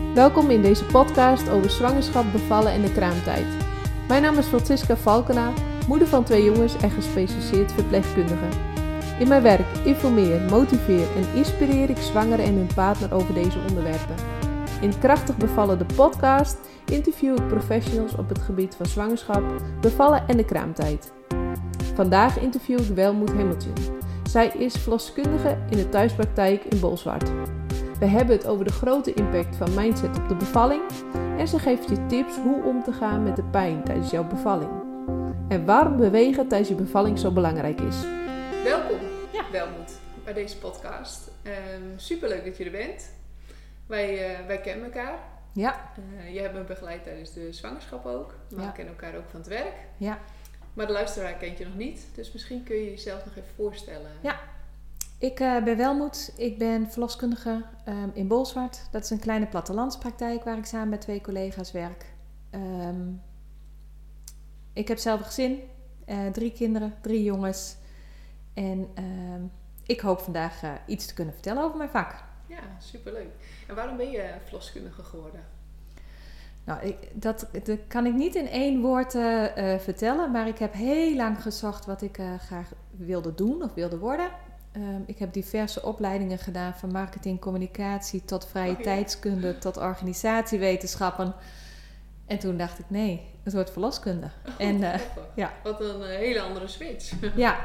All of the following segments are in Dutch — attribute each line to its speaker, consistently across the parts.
Speaker 1: Welkom in deze podcast over zwangerschap, bevallen en de kraamtijd. Mijn naam is Francisca Valkena, moeder van 2 jongens en gespecialiseerd verpleegkundige. In mijn werk informeer, motiveer en inspireer ik zwangeren en hun partner over deze onderwerpen. In Krachtig Bevallen de podcast interview ik professionals op het gebied van zwangerschap, bevallen en de kraamtijd. Vandaag interview ik Welmoed Hemeltjen. Zij is verloskundige in de thuispraktijk in Bolsward. We hebben het over de grote impact van mindset op de bevalling en ze geeft je tips hoe om te gaan met de pijn tijdens jouw bevalling. En waarom bewegen tijdens je bevalling zo belangrijk is. Welkom, Welmoed, bij deze podcast. Superleuk dat je er bent. Wij kennen elkaar.
Speaker 2: Ja.
Speaker 1: Je hebt me begeleid tijdens de zwangerschap ook, maar we kennen elkaar ook van het werk.
Speaker 2: Ja.
Speaker 1: Maar de luisteraar kent je nog niet, dus misschien kun je jezelf nog even voorstellen.
Speaker 2: Ja. Ik ben Welmoed. Ik ben verloskundige in Bolsward. Dat is een kleine plattelandspraktijk waar ik samen met 2 collega's werk. Ik heb zelf een gezin, 3 kinderen, 3 jongens. En ik hoop vandaag iets te kunnen vertellen over mijn vak.
Speaker 1: Ja, superleuk. En waarom ben je verloskundige geworden?
Speaker 2: Nou, dat kan ik niet in 1 woord vertellen, maar ik heb heel lang gezocht wat ik graag wilde doen of wilde worden. Ik heb diverse opleidingen gedaan, van marketing, communicatie tot vrije tijdskunde, tot organisatiewetenschappen. En toen dacht ik, nee, het wordt verloskunde.
Speaker 1: Wat een hele andere switch.
Speaker 2: Ja,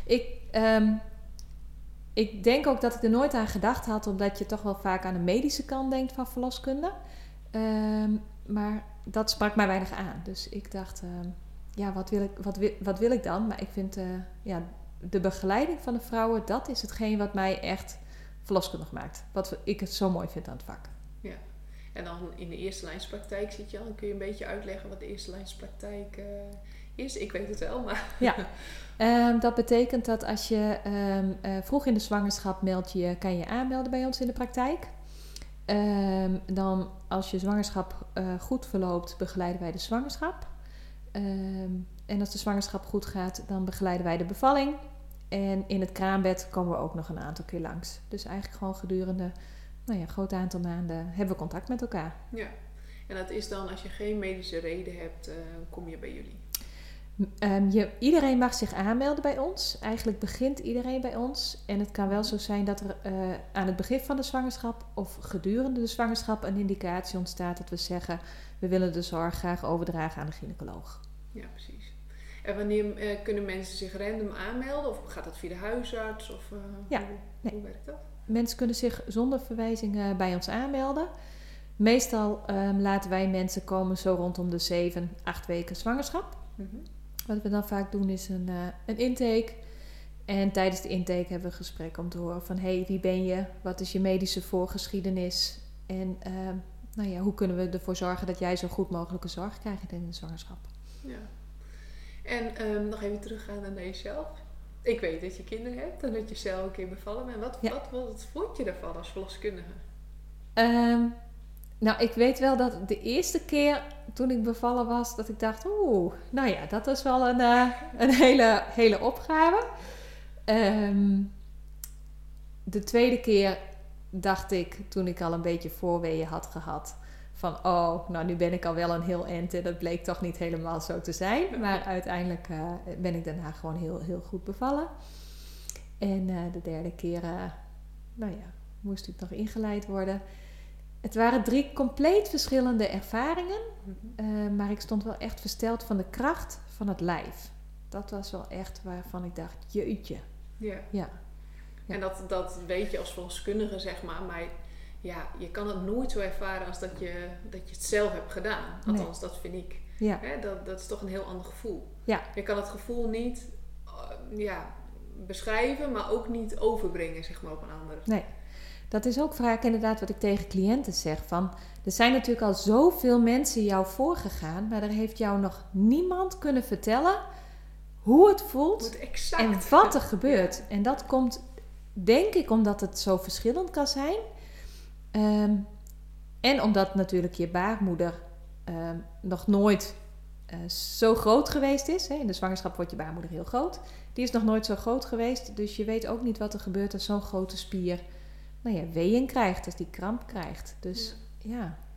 Speaker 2: ik denk ook dat ik er nooit aan gedacht had, omdat je toch wel vaak aan de medische kant denkt van verloskunde. Maar dat sprak mij weinig aan. Dus ik dacht, wat wil ik dan? Maar ik vind, de begeleiding van de vrouwen, dat is hetgeen wat mij echt verloskundig maakt. Wat ik het zo mooi vind aan het vak. Ja,
Speaker 1: en dan in de eerste lijnspraktijk zit je al. Kun je een beetje uitleggen wat de eerste lijnspraktijk is? Ik weet het wel, maar...
Speaker 2: Ja, dat betekent dat als je vroeg in de zwangerschap kan je aanmelden bij ons in de praktijk. Dan als je zwangerschap goed verloopt, begeleiden wij de zwangerschap. En als de zwangerschap goed gaat, dan begeleiden wij de bevalling. En in het kraambed komen we ook nog een aantal keer langs. Dus eigenlijk gewoon gedurende een groot aantal maanden hebben we contact met elkaar. Ja,
Speaker 1: en dat is dan als je geen medische reden hebt, kom je bij jullie?
Speaker 2: Iedereen mag zich aanmelden bij ons. Eigenlijk begint iedereen bij ons. En het kan wel zo zijn dat er aan het begin van de zwangerschap of gedurende de zwangerschap een indicatie ontstaat dat we zeggen, we willen de zorg graag overdragen aan de gynaecoloog.
Speaker 1: Ja, precies. En wanneer kunnen mensen zich random aanmelden? Of gaat dat via de huisarts? Of, hoe werkt dat?
Speaker 2: Mensen kunnen zich zonder verwijzing bij ons aanmelden. Meestal laten wij mensen komen zo rondom de 7-8 weken zwangerschap. Mm-hmm. Wat we dan vaak doen is een intake. En tijdens de intake hebben we een gesprek om te horen van, wie ben je? Wat is je medische voorgeschiedenis? En hoe kunnen we ervoor zorgen dat jij zo goed mogelijke zorg krijgt in de zwangerschap? Ja.
Speaker 1: En nog even teruggaan naar jezelf. Ik weet dat je kinderen hebt en dat je zelf een keer bevallen bent. Wat vond je daarvan als verloskundige?
Speaker 2: Ik weet wel dat de eerste keer toen ik bevallen was, dat ik dacht, dat was wel een hele opgave. De tweede keer dacht ik, toen ik al een beetje voorweeën had gehad, van nu ben ik al wel een heel eind en dat bleek toch niet helemaal zo te zijn. Maar uiteindelijk ben ik daarna gewoon heel, heel goed bevallen. En de derde keer, moest ik nog ingeleid worden. Het waren 3 compleet verschillende ervaringen. Maar ik stond wel echt versteld van de kracht van het lijf. Dat was wel echt waarvan ik dacht, jeetje. Ja.
Speaker 1: En dat weet je als verloskundige, zeg maar je kan het nooit zo ervaren als dat je het zelf hebt gedaan. Althans, dat vind ik. Ja. Dat is toch een heel ander gevoel. Ja. Je kan het gevoel niet beschrijven, maar ook niet overbrengen, zeg maar, op een ander.
Speaker 2: Nee. Dat is ook vaak inderdaad wat ik tegen cliënten zeg. Van, er zijn natuurlijk al zoveel mensen jou voorgegaan, maar er heeft jou nog niemand kunnen vertellen hoe het voelt en wat er gebeurt. Ja. En dat komt, denk ik, omdat het zo verschillend kan zijn. En omdat natuurlijk je baarmoeder nog nooit zo groot geweest is. Hè. In de zwangerschap wordt je baarmoeder heel groot. Die is nog nooit zo groot geweest. Dus je weet ook niet wat er gebeurt als zo'n grote spier weeën krijgt. Als die kramp krijgt. Dus ja.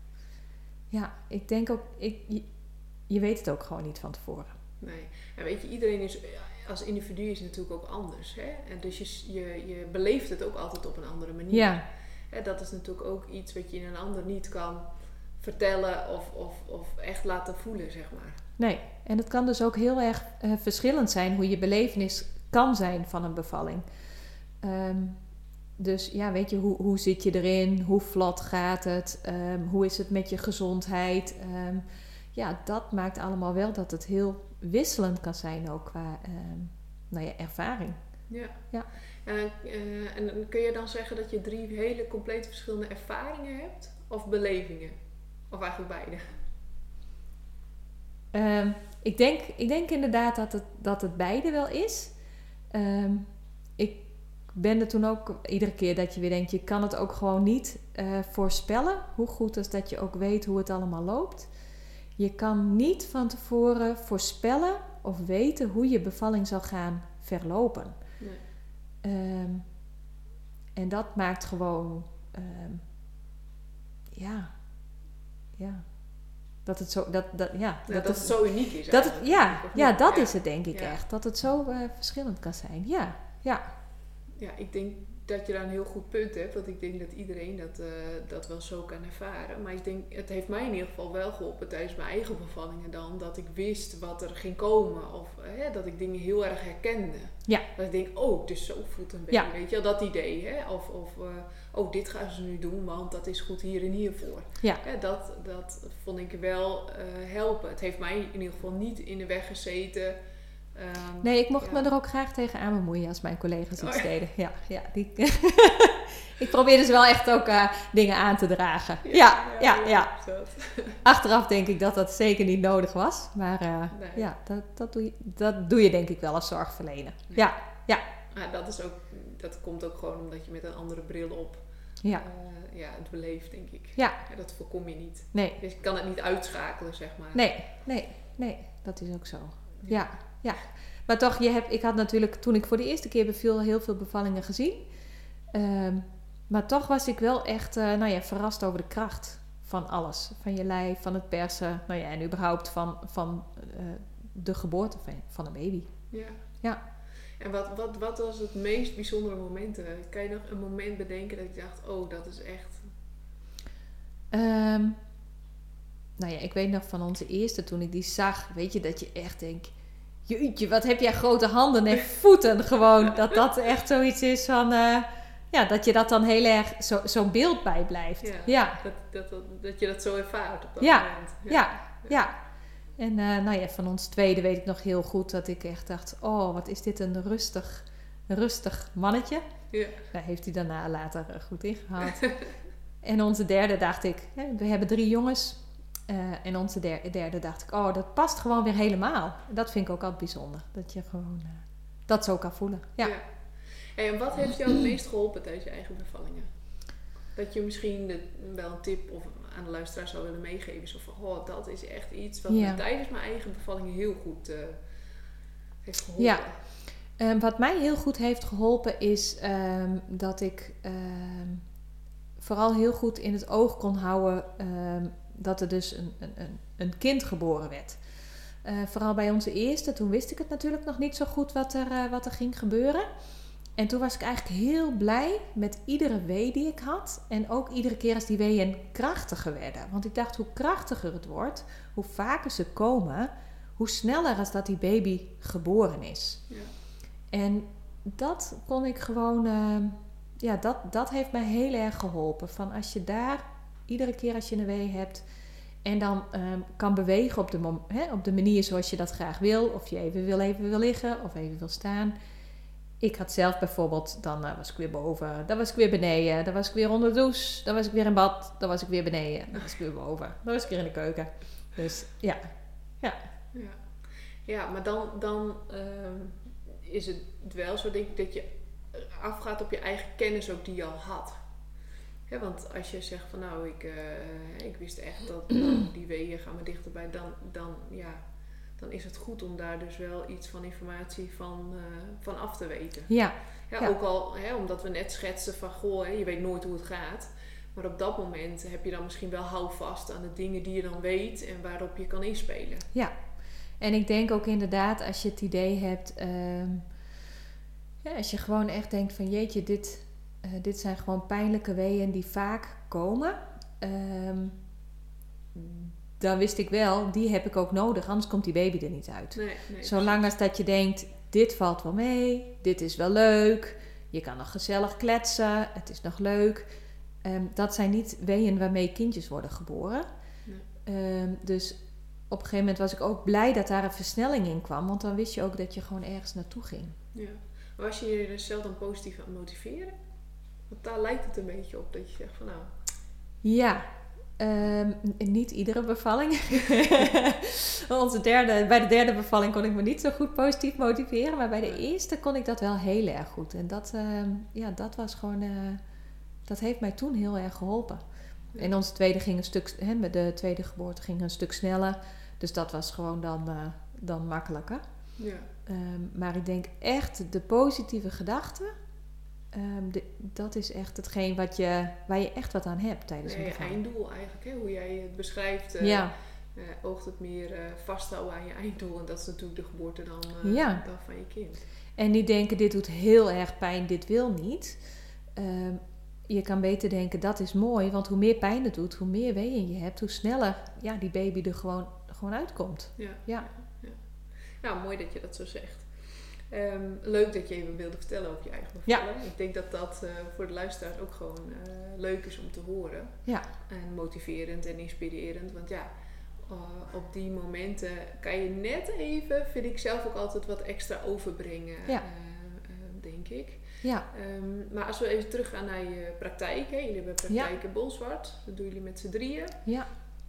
Speaker 2: Ja, ik denk ook, je weet het ook gewoon niet van tevoren.
Speaker 1: Nee. En weet je, iedereen is als individu is natuurlijk ook anders. Hè? En dus je beleeft het ook altijd op een andere manier.
Speaker 2: Ja.
Speaker 1: Dat is natuurlijk ook iets wat je in een ander niet kan vertellen of echt laten voelen, zeg maar.
Speaker 2: Nee, en het kan dus ook heel erg verschillend zijn hoe je belevenis kan zijn van een bevalling. Dus ja, weet je, hoe zit je erin? Hoe vlot gaat het? Hoe is het met je gezondheid? Ja, dat maakt allemaal wel dat het heel wisselend kan zijn ook qua ervaring.
Speaker 1: Ja. En kun je dan zeggen dat je 3 hele compleet verschillende ervaringen hebt? Of belevingen? Of eigenlijk beide?
Speaker 2: Ik denk inderdaad dat het beide wel is. Ik ben er toen ook iedere keer dat je weer denkt, je kan het ook gewoon niet voorspellen. Hoe goed is dat je ook weet hoe het allemaal loopt. Je kan niet van tevoren voorspellen of weten hoe je bevalling zal gaan verlopen. Nee. En dat maakt gewoon dat het zo dat het
Speaker 1: zo uniek is.
Speaker 2: Dat is het denk ik echt. Dat het zo verschillend kan zijn. Ja.
Speaker 1: Ja, ik denk dat je daar een heel goed punt hebt. Want ik denk dat iedereen dat wel zo kan ervaren. Maar ik denk, het heeft mij in ieder geval wel geholpen tijdens mijn eigen bevallingen dan. Dat ik wist wat er ging komen. Of dat ik dingen heel erg herkende. Ja. Dat ik denk, dus zo voelt een beetje. Ja. Weet je wel, dat idee. Hè? Of dit gaan ze nu doen, want dat is goed hier en hiervoor. Ja. Dat vond ik wel helpen. Het heeft mij in ieder geval niet in de weg gezeten.
Speaker 2: Nee, ik mocht me er ook graag tegen aan bemoeien als mijn collega's iets deden. Ja, ik probeerde ze wel echt ook dingen aan te dragen. Ja. Achteraf denk ik dat dat zeker niet nodig was. Maar dat doe je denk ik wel als zorgverlener. Ja.
Speaker 1: Dat komt ook gewoon omdat je met een andere bril op het beleeft, denk ik. Ja. Dat voorkom je niet. Nee. Dus je kan het niet uitschakelen, zeg maar.
Speaker 2: Nee, dat is ook zo. Ja. Maar toch, ik had natuurlijk toen ik voor de eerste keer beviel heel veel bevallingen gezien. Maar toch was ik wel echt verrast over de kracht van alles. Van je lijf, van het persen. En überhaupt van de geboorte van een baby. Ja.
Speaker 1: En wat was het meest bijzondere moment? Kan je nog een moment bedenken dat je dacht, dat is echt...
Speaker 2: ik weet nog van onze eerste, toen ik die zag, weet je, dat je echt denkt... Jeetje, wat heb jij grote handen en voeten gewoon. Dat echt zoiets is van... dat je dat dan heel erg zo'n beeld bijblijft. Ja.
Speaker 1: Dat je dat zo ervaart op dat moment.
Speaker 2: Ja. En van ons tweede weet ik nog heel goed dat ik echt dacht... wat is dit een rustig mannetje. Ja. Daar heeft hij daarna later goed ingehaald. En onze derde dacht ik... we hebben 3 jongens... en onze derde dacht ik, dat past gewoon weer helemaal. Dat vind ik ook altijd bijzonder. Dat je gewoon dat zo kan voelen. Ja.
Speaker 1: En wat heeft jou het meest geholpen tijdens je eigen bevallingen? Dat je misschien wel een tip of aan de luisteraar zou willen meegeven. Zo van, dat is echt iets wat me tijdens mijn eigen bevallingen heel goed heeft geholpen.
Speaker 2: Ja. Wat mij heel goed heeft geholpen is dat ik vooral heel goed in het oog kon houden... dat er dus een kind geboren werd. Vooral bij onze eerste, toen wist ik het natuurlijk nog niet zo goed wat er ging gebeuren. En toen was ik eigenlijk heel blij met iedere wee die ik had. En ook iedere keer als die weeën krachtiger werden. Want ik dacht, hoe krachtiger het wordt, hoe vaker ze komen, hoe sneller als dat die baby geboren is. Ja. En dat kon ik gewoon... dat heeft mij heel erg geholpen. Van als je daar... Iedere keer als je een wee hebt en dan kan bewegen op de manier zoals je dat graag wil. Of je even wil liggen of even wil staan. Ik had zelf bijvoorbeeld, dan was ik weer boven, dan was ik weer beneden. Dan was ik weer onder de douche, dan was ik weer in bad, dan was ik weer beneden. Dan was ik weer boven, dan was ik weer in de keuken. Dus ja.
Speaker 1: Ja, maar dan is het wel zo, denk ik, dat je afgaat op je eigen kennis ook die je al had. Ja, want als je zegt van ik wist echt dat die weeën gaan me dichterbij, dan is het goed om daar dus wel iets van informatie van af te weten. Ja. Ook al, omdat we net schetsen van je weet nooit hoe het gaat. Maar op dat moment heb je dan misschien wel houvast aan de dingen die je dan weet en waarop je kan inspelen.
Speaker 2: Ja, en ik denk ook inderdaad als je het idee hebt, als je gewoon echt denkt van jeetje, dit zijn gewoon pijnlijke weeën die vaak komen. Dan wist ik wel, die heb ik ook nodig, anders komt die baby er niet uit.
Speaker 1: Nee,
Speaker 2: Zolang als dat je denkt, dit valt wel mee, dit is wel leuk, je kan nog gezellig kletsen, het is nog leuk. Dat zijn niet weeën waarmee kindjes worden geboren. Nee. Dus op een gegeven moment was ik ook blij dat daar een versnelling in kwam, want dan wist je ook dat je gewoon ergens naartoe ging. Ja.
Speaker 1: Maar was je jezelf dan positief aan het motiveren? Want daar lijkt het een beetje op dat je zegt van nou...
Speaker 2: Ja, niet iedere bevalling. Bij de derde bevalling kon ik me niet zo goed positief motiveren. Maar bij de eerste kon ik dat wel heel erg goed. En dat was gewoon... dat heeft mij toen heel erg geholpen. Ja. En onze tweede ging een stuk... met de tweede geboorte ging een stuk sneller. Dus dat was gewoon dan makkelijker. Ja. Maar ik denk echt de positieve gedachten... dat is echt hetgeen waar je echt wat aan hebt tijdens een bevalling.
Speaker 1: Je einddoel eigenlijk, hè? Hoe jij het beschrijft, oogt het meer vasthouden aan je einddoel. En dat is natuurlijk de geboorte dan van je kind.
Speaker 2: En niet denken, dit doet heel erg pijn, dit wil niet. Je kan beter denken, dat is mooi. Want hoe meer pijn het doet, hoe meer weeën je hebt, hoe sneller die baby er gewoon uitkomt. Ja.
Speaker 1: Nou, mooi dat je dat zo zegt. Leuk dat je even wilde vertellen over je eigen bevalling. Ja. Ik denk dat dat voor de luisteraars ook gewoon leuk is om te horen. Ja. En motiverend en inspirerend. Want op die momenten kan je net even, vind ik zelf ook altijd wat extra overbrengen, denk ik. Ja. Maar als we even teruggaan naar je praktijk. Hè? Jullie hebben praktijk in Bolsward. Dat doen jullie met z'n drieën. Ja.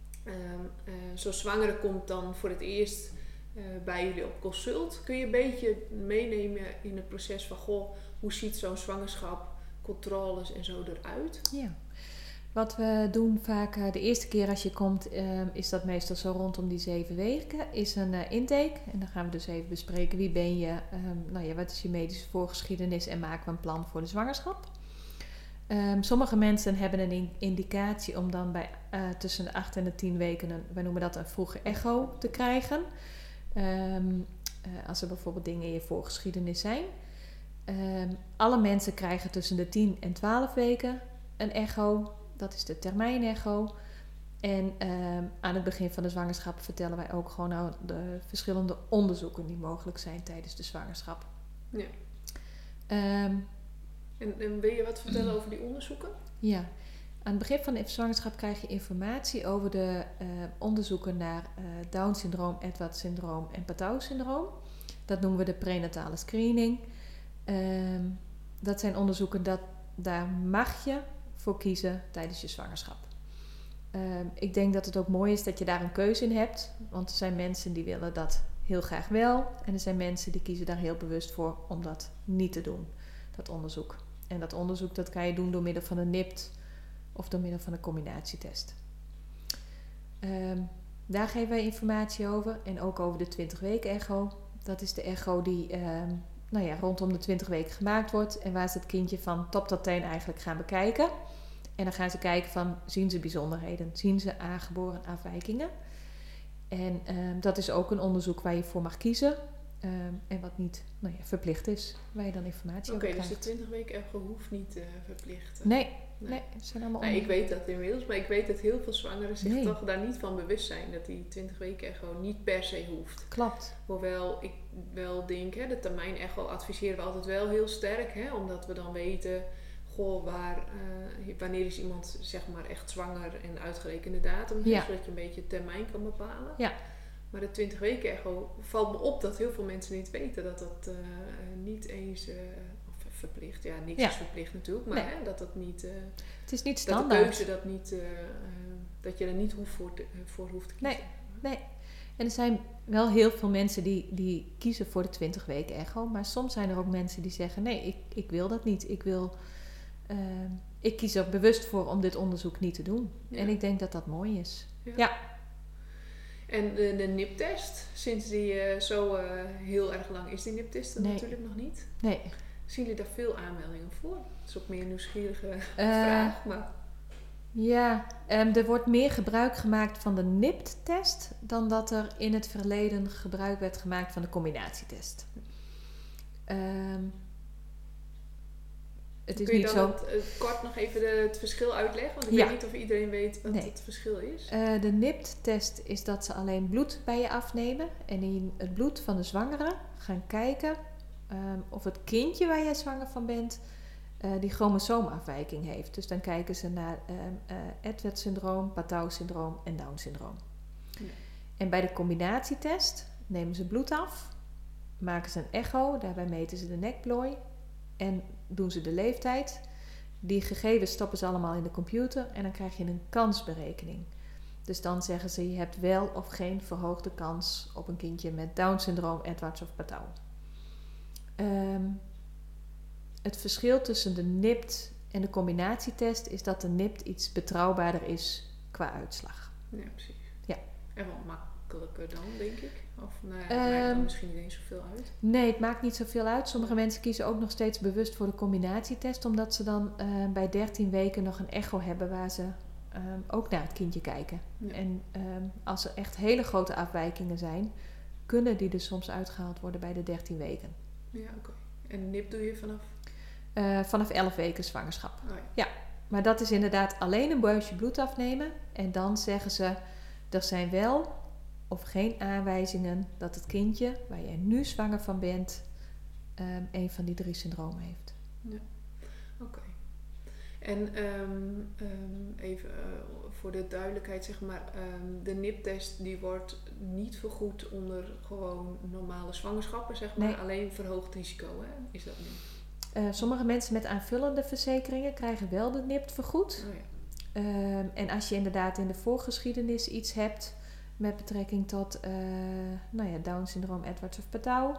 Speaker 1: Zo'n zwangere komt dan voor het eerst... bij jullie op consult. Kun je een beetje meenemen in het proces van... hoe ziet zo'n zwangerschap, controles en zo eruit?
Speaker 2: Ja. Wat we doen vaak de eerste keer als je komt... is dat meestal zo rondom die 7 weken. Is een intake. En dan gaan we dus even bespreken wie ben je... wat is je medische voorgeschiedenis... en maken we een plan voor de zwangerschap. Sommige mensen hebben een indicatie... om dan bij tussen de 8 en de 10 weken... wij noemen dat een vroege echo te krijgen... als er bijvoorbeeld dingen in je voorgeschiedenis zijn. Alle mensen krijgen tussen de 10 en 12 weken een echo. Dat is de termijnecho. En aan het begin van de zwangerschap vertellen wij ook gewoon de verschillende onderzoeken die mogelijk zijn tijdens de zwangerschap.
Speaker 1: Ja. En wil je wat vertellen over die onderzoeken?
Speaker 2: Ja. Aan het begin van de zwangerschap krijg je informatie over de onderzoeken naar Down-syndroom, Edwards-syndroom en Patau-syndroom. Dat noemen we de prenatale screening. Dat zijn onderzoeken, daar mag je voor kiezen tijdens je zwangerschap. Ik denk dat het ook mooi is dat je daar een keuze in hebt. Want er zijn mensen die willen dat heel graag wel. En er zijn mensen die kiezen daar heel bewust voor om dat niet te doen, dat onderzoek. En dat onderzoek dat kan je doen door middel van een NIPT... of door middel van een combinatietest. Daar geven wij informatie over. En ook over de 20-week echo. Dat is de echo die rondom de 20 weken gemaakt wordt. En waar ze het kindje van top tot teen eigenlijk gaan bekijken. En dan gaan ze kijken van, zien ze bijzonderheden? Zien ze aangeboren afwijkingen? En dat is ook een onderzoek waar je voor mag kiezen. En wat niet verplicht is. Waar je dan informatie over krijgt.
Speaker 1: Oké, dus de 20 weken echo hoeft niet verplicht?
Speaker 2: Nee, het zijn allemaal
Speaker 1: ik weet dat inmiddels, maar ik weet dat heel veel zwangeren zich toch daar niet van bewust zijn. Dat die 20 weken echo niet per se hoeft.
Speaker 2: Klopt.
Speaker 1: Hoewel ik wel denk, de termijn echo adviseren we altijd wel heel sterk. Omdat we dan weten, wanneer is iemand zeg maar echt zwanger en uitgerekende datum. Zodat je een beetje termijn kan bepalen. Ja. Maar de 20 weken echo valt me op dat heel veel mensen niet weten dat dat niet eens... verplicht. Ja, niks is verplicht natuurlijk, maar dat niet...
Speaker 2: het is niet standaard.
Speaker 1: Dat de keuze dat je er niet voor hoeft te kiezen.
Speaker 2: Nee. En er zijn wel heel veel mensen die kiezen voor de 20 weken echo, maar soms zijn er ook mensen die zeggen, nee, ik wil dat niet. Ik kies er bewust voor om dit onderzoek niet te doen. Ja. En ik denk dat dat mooi is. Ja.
Speaker 1: En de NIPT-test, sinds die zo heel erg lang is die NIPT-test natuurlijk nog niet.
Speaker 2: Nee.
Speaker 1: Zien jullie daar veel aanmeldingen voor? Dat is ook meer een nieuwsgierige vraag. Maar...
Speaker 2: Ja, er wordt meer gebruik gemaakt van de NIPT-test dan dat er in het verleden gebruik werd gemaakt van de combinatietest. Het is
Speaker 1: Kun je
Speaker 2: niet
Speaker 1: dan
Speaker 2: zo.
Speaker 1: kort nog even het verschil uitleggen? Want ik weet niet of iedereen weet wat het verschil is.
Speaker 2: De NIPT-test is dat ze alleen bloed bij je afnemen en in het bloed van de zwangere gaan kijken of het kindje waar jij zwanger van bent die chromosoomafwijking heeft. Dus dan kijken ze naar Edwards-syndroom, Patau-syndroom en Down-syndroom. Ja. En bij de combinatietest nemen ze bloed af, maken ze een echo, daarbij meten ze de nekplooi en doen ze de leeftijd. Die gegevens stoppen ze allemaal in de computer en dan krijg je een kansberekening. Dus dan zeggen ze je hebt wel of geen verhoogde kans op een kindje met Down-syndroom, Edwards of Patau. Het verschil tussen de NIPT en de combinatietest is dat de NIPT iets betrouwbaarder is qua uitslag.
Speaker 1: Ja, precies.
Speaker 2: Ja.
Speaker 1: En wat makkelijker dan, denk ik? Of het maakt dan misschien niet eens zoveel uit?
Speaker 2: Nee, het maakt niet zoveel uit. Sommige mensen kiezen ook nog steeds bewust voor de combinatietest, omdat ze dan bij 13 weken nog een echo hebben waar ze ook naar het kindje kijken. Ja. En als er echt hele grote afwijkingen zijn, kunnen die dus soms uitgehaald worden bij de 13 weken.
Speaker 1: Ja, oké. En NIPT doe je vanaf?
Speaker 2: Vanaf 11 weken zwangerschap.
Speaker 1: Oh, ja.
Speaker 2: Ja, maar dat is inderdaad alleen een buisje bloed afnemen. En dan zeggen ze, er zijn wel of geen aanwijzingen dat het kindje waar jij nu zwanger van bent, een van die 3 syndromen heeft.
Speaker 1: Ja, oké. En even voor de duidelijkheid, zeg maar, de NIPT-test die wordt niet vergoed onder gewoon normale zwangerschappen, zeg maar. Nee. Alleen verhoogd risico, hè? Is dat niet?
Speaker 2: Sommige mensen met aanvullende verzekeringen krijgen wel de NIPT vergoed. Oh ja. En als je inderdaad in de voorgeschiedenis iets hebt met betrekking tot Down-syndroom, Edwards of Patau.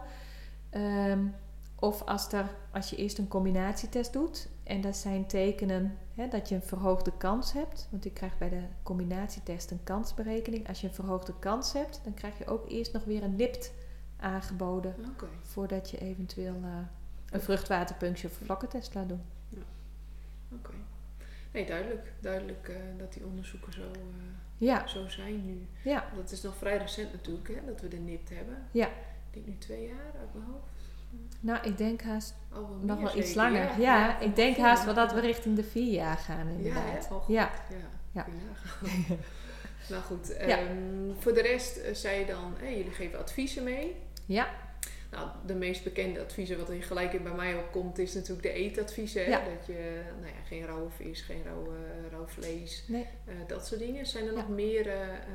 Speaker 2: Of als je eerst een combinatietest doet en dat zijn tekenen dat je een verhoogde kans hebt. Want je krijgt bij de combinatietest een kansberekening. Als je een verhoogde kans hebt, dan krijg je ook eerst nog weer een NIPT aangeboden. Okay. Voordat je eventueel een vruchtwaterpunctie of vlokkentest laat doen.
Speaker 1: Ja. Oké. Nee, duidelijk dat die onderzoeken zo zijn nu.
Speaker 2: Ja.
Speaker 1: Dat is nog vrij recent natuurlijk, hè, dat we de NIPT hebben.
Speaker 2: Ja.
Speaker 1: Ik denk nu 2 jaar uit mijn hoofd.
Speaker 2: Nou, ik denk haast nog wel iets
Speaker 1: zeker.
Speaker 2: langer. Ja, ik denk haast wel dat we richting de 4 jaar gaan inderdaad.
Speaker 1: Ja. Nou goed, voor de rest zei je dan, jullie geven adviezen mee.
Speaker 2: Ja.
Speaker 1: Nou, de meest bekende adviezen wat er gelijk bij mij opkomt is natuurlijk de eetadviezen.
Speaker 2: Ja.
Speaker 1: Dat je geen rauwe vis, geen rauw vlees,
Speaker 2: nee.
Speaker 1: Dat soort dingen. Zijn er nog meer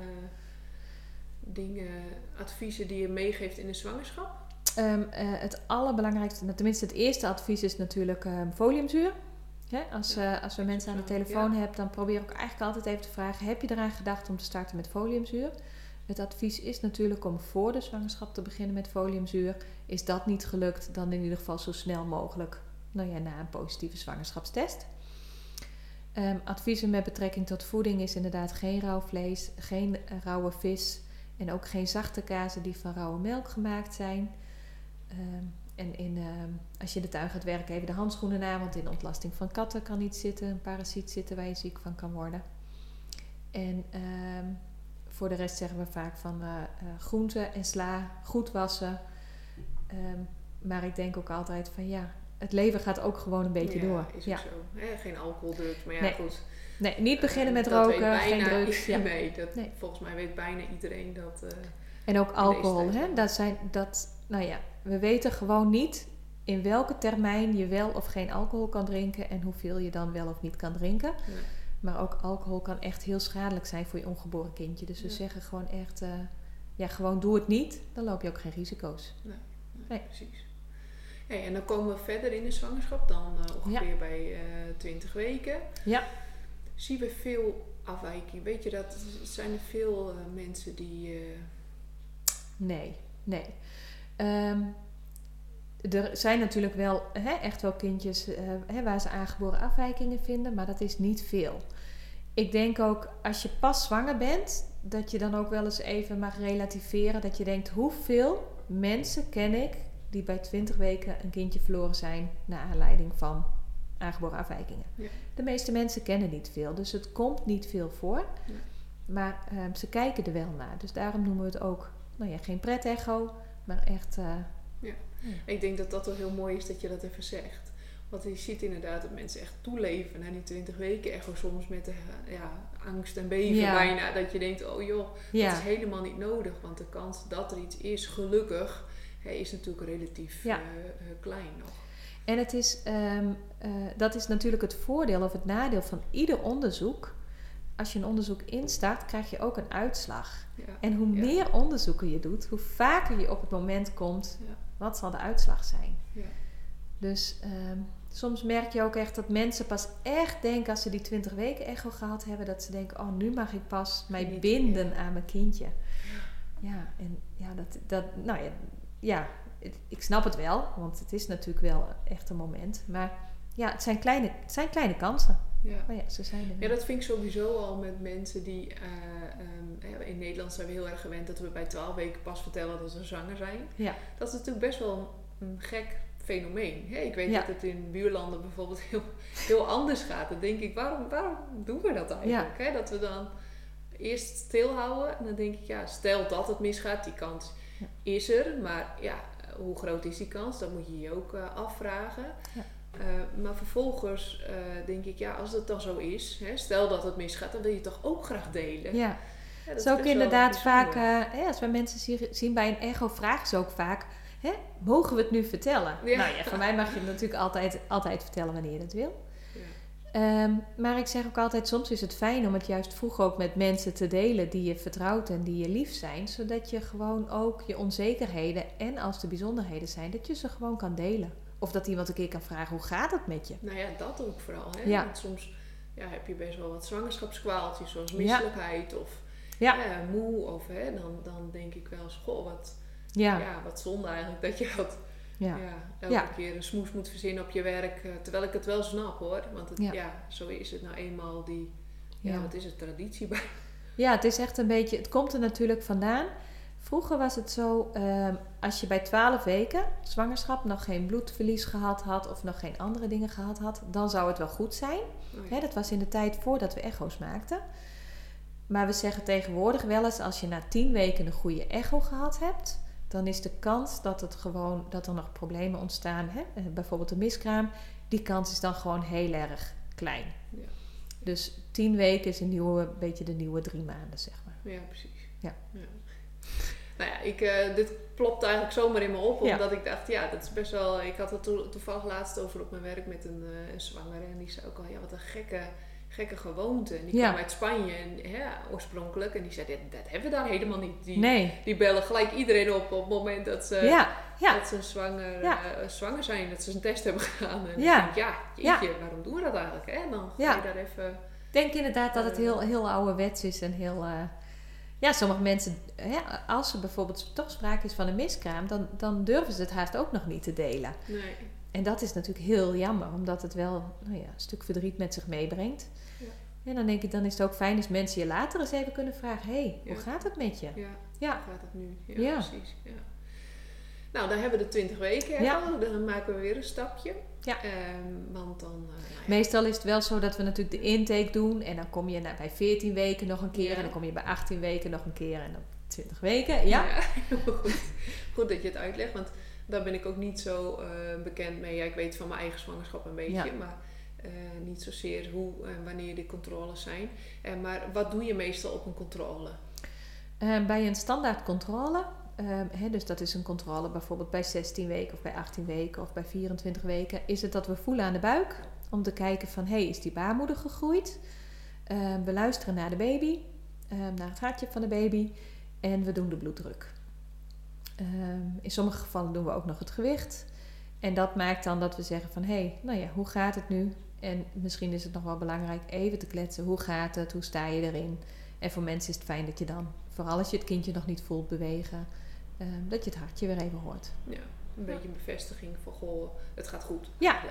Speaker 1: adviezen die je meegeeft in de zwangerschap?
Speaker 2: Het allerbelangrijkste, tenminste het eerste advies is natuurlijk foliumzuur. Ja, als we mensen aan de telefoon hebben, dan probeer ik eigenlijk altijd even te vragen, heb je eraan gedacht om te starten met foliumzuur? Het advies is natuurlijk om voor de zwangerschap te beginnen met foliumzuur. Is dat niet gelukt, dan in ieder geval zo snel mogelijk na een positieve zwangerschapstest. Adviezen met betrekking tot voeding is inderdaad geen rauw vlees, geen rauwe vis en ook geen zachte kazen die van rauwe melk gemaakt zijn. Als je in de tuin gaat werken, even de handschoenen aan, want in ontlasting van katten kan iets zitten, een parasiet zitten waar je ziek van kan worden. En voor de rest zeggen we vaak van groenten en sla goed wassen. Maar ik denk ook altijd van het leven gaat ook gewoon een beetje door.
Speaker 1: Is ook zo. Geen alcohol, drugs, maar goed.
Speaker 2: Nee, niet beginnen met roken, geen drugs.
Speaker 1: Volgens mij weet bijna iedereen dat.
Speaker 2: En ook alcohol, we weten gewoon niet in welke termijn je wel of geen alcohol kan drinken en hoeveel je dan wel of niet kan drinken. Nee. Maar ook alcohol kan echt heel schadelijk zijn voor je ongeboren kindje. Dus we zeggen gewoon echt, gewoon doe het niet. Dan loop je ook geen risico's.
Speaker 1: Nee. Precies. Hey, en dan komen we verder in de zwangerschap, dan ongeveer bij 20 weken. Ja. Zien we veel afwijking? Weet je dat? Zijn er veel mensen die...
Speaker 2: Nee. Er zijn natuurlijk wel echt wel kindjes waar ze aangeboren afwijkingen vinden, maar dat is niet veel. Ik denk ook, als je pas zwanger bent, dat je dan ook wel eens even mag relativeren. Dat je denkt, hoeveel mensen ken ik die bij 20 weken een kindje verloren zijn naar aanleiding van aangeboren afwijkingen.
Speaker 1: Ja.
Speaker 2: De meeste mensen kennen niet veel, dus het komt niet veel voor.
Speaker 1: Ja.
Speaker 2: Maar ze kijken er wel naar. Dus daarom noemen we het ook, geen pret-echo, maar echt...
Speaker 1: Ik denk dat dat wel heel mooi is dat je dat even zegt. Want je ziet inderdaad dat mensen echt toeleven naar die 20 weken echo soms met de angst en beven bijna. Dat je denkt, oh joh, dat is helemaal niet nodig. Want de kans dat er iets is, gelukkig, is natuurlijk relatief klein nog.
Speaker 2: En het is, dat is natuurlijk het voordeel of het nadeel van ieder onderzoek. Als je een onderzoek instart, krijg je ook een uitslag. Ja. En hoe meer onderzoeken je doet, hoe vaker je op het moment komt, wat zal de uitslag zijn? Ja. Dus soms merk je ook echt dat mensen pas echt denken, als ze die 20 weken echo gehad hebben, dat ze denken, oh, nu mag ik pas mij binden aan mijn kindje. Ja, en ik snap het wel, want het is natuurlijk wel echt een moment. Maar ja, het zijn kleine kansen. Ja. Maar ze zijn er wel.
Speaker 1: Ja, dat vind ik sowieso al met mensen die... in Nederland zijn we heel erg gewend dat we bij 12 weken pas vertellen dat ze zwanger zijn. Ja. Dat is natuurlijk best wel een gek fenomeen. Ik weet dat het in buurlanden bijvoorbeeld heel anders gaat. Dan denk ik, waarom doen we dat eigenlijk? Ja. Dat we dan eerst stilhouden en dan denk ik, stel dat het misgaat, die kans is er. Maar hoe groot is die kans? Dat moet je je ook afvragen. Ja. Maar vervolgens denk ik, als het dan zo is, stel dat het misgaat, dan wil je het toch ook graag delen. Ja.
Speaker 2: Dat is ook inderdaad vaak, als we mensen zien bij een echo, vragen ze ook vaak, mogen we het nu vertellen? Ja. Nou ja, voor mij mag je het natuurlijk altijd vertellen wanneer je dat wil. Ja. Maar ik zeg ook altijd, soms is het fijn om het juist vroeg ook met mensen te delen die je vertrouwt en die je lief zijn, zodat je gewoon ook je onzekerheden en als er bijzonderheden zijn, dat je ze gewoon kan delen. Of dat iemand een keer kan vragen, hoe gaat het met je?
Speaker 1: Nou ja, dat ook vooral. Ja. Want soms heb je best wel wat zwangerschapskwaaltjes, zoals misselijkheid of moe. Of dan denk ik wel eens, goh, wat zonde eigenlijk dat je dat elke keer een smoes moet verzinnen op je werk. Terwijl ik het wel snap hoor. Want zo is het nou eenmaal wat is het, traditie bij.
Speaker 2: Ja, het is echt een beetje, het komt er natuurlijk vandaan. Vroeger was het zo, als je bij 12 weken zwangerschap nog geen bloedverlies gehad had of nog geen andere dingen gehad had, dan zou het wel goed zijn. Oh ja. Dat was in de tijd voordat we echo's maakten. Maar we zeggen tegenwoordig wel eens, als je na 10 weken een goede echo gehad hebt, dan is de kans dat er nog problemen ontstaan, bijvoorbeeld een miskraam, die kans is dan gewoon heel erg klein. Ja. Dus 10 weken is een beetje de nieuwe 3 maanden, zeg maar.
Speaker 1: Ja, precies. Ja. Nou ja, dit plopt eigenlijk zomaar in me op, omdat ik dacht, dat is best wel... Ik had het toevallig laatst over op mijn werk met een zwangere en die zei ook al, wat een gekke gewoonte. En die kwam uit Spanje oorspronkelijk en die zei, dat hebben we daar helemaal niet. Die bellen gelijk iedereen op het moment dat ze, dat ze zwanger zijn, dat ze een test hebben gedaan. En ik denk, jeetje, waarom doen we dat eigenlijk? En dan ga je daar even...
Speaker 2: Ik denk inderdaad dat het heel ouderwets is en heel... sommige mensen, als er bijvoorbeeld toch sprake is van een miskraam, dan durven ze het haast ook nog niet te delen. Nee. En dat is natuurlijk heel jammer, omdat het wel een stuk verdriet met zich meebrengt. Ja. En dan denk ik, dan is het ook fijn als mensen je later eens even kunnen vragen, hoe gaat het met je?
Speaker 1: Hoe gaat het nu? Ja, precies. Ja. Nou, dan hebben we de 20 weken. Dan maken we weer een stapje. Ja. Want dan...
Speaker 2: Meestal is het wel zo dat we natuurlijk de intake doen. En dan kom je bij 14 weken nog een keer. En dan kom je bij 18 weken nog een keer. En dan 20 weken. Ja,
Speaker 1: goed dat je het uitlegt. Want daar ben ik ook niet zo bekend mee. Ja, ik weet van mijn eigen zwangerschap een beetje. Ja. Maar niet zozeer hoe en wanneer de controles zijn. Maar wat doe je meestal op een controle?
Speaker 2: Bij een standaard controle... dus dat is een controle bijvoorbeeld bij 16 weken of bij 18 weken of bij 24 weken. Is het dat we voelen aan de buik om te kijken van is die baarmoeder gegroeid? We luisteren naar de baby, naar het hartje van de baby en we doen de bloeddruk. In sommige gevallen doen we ook nog het gewicht. En dat maakt dan dat we zeggen van hoe gaat het nu? En misschien is het nog wel belangrijk even te kletsen. Hoe gaat het? Hoe sta je erin? En voor mensen is het fijn dat je dan, vooral als je het kindje nog niet voelt bewegen, dat je het hartje weer even hoort.
Speaker 1: Ja, een beetje een bevestiging van het gaat goed.
Speaker 2: Ja.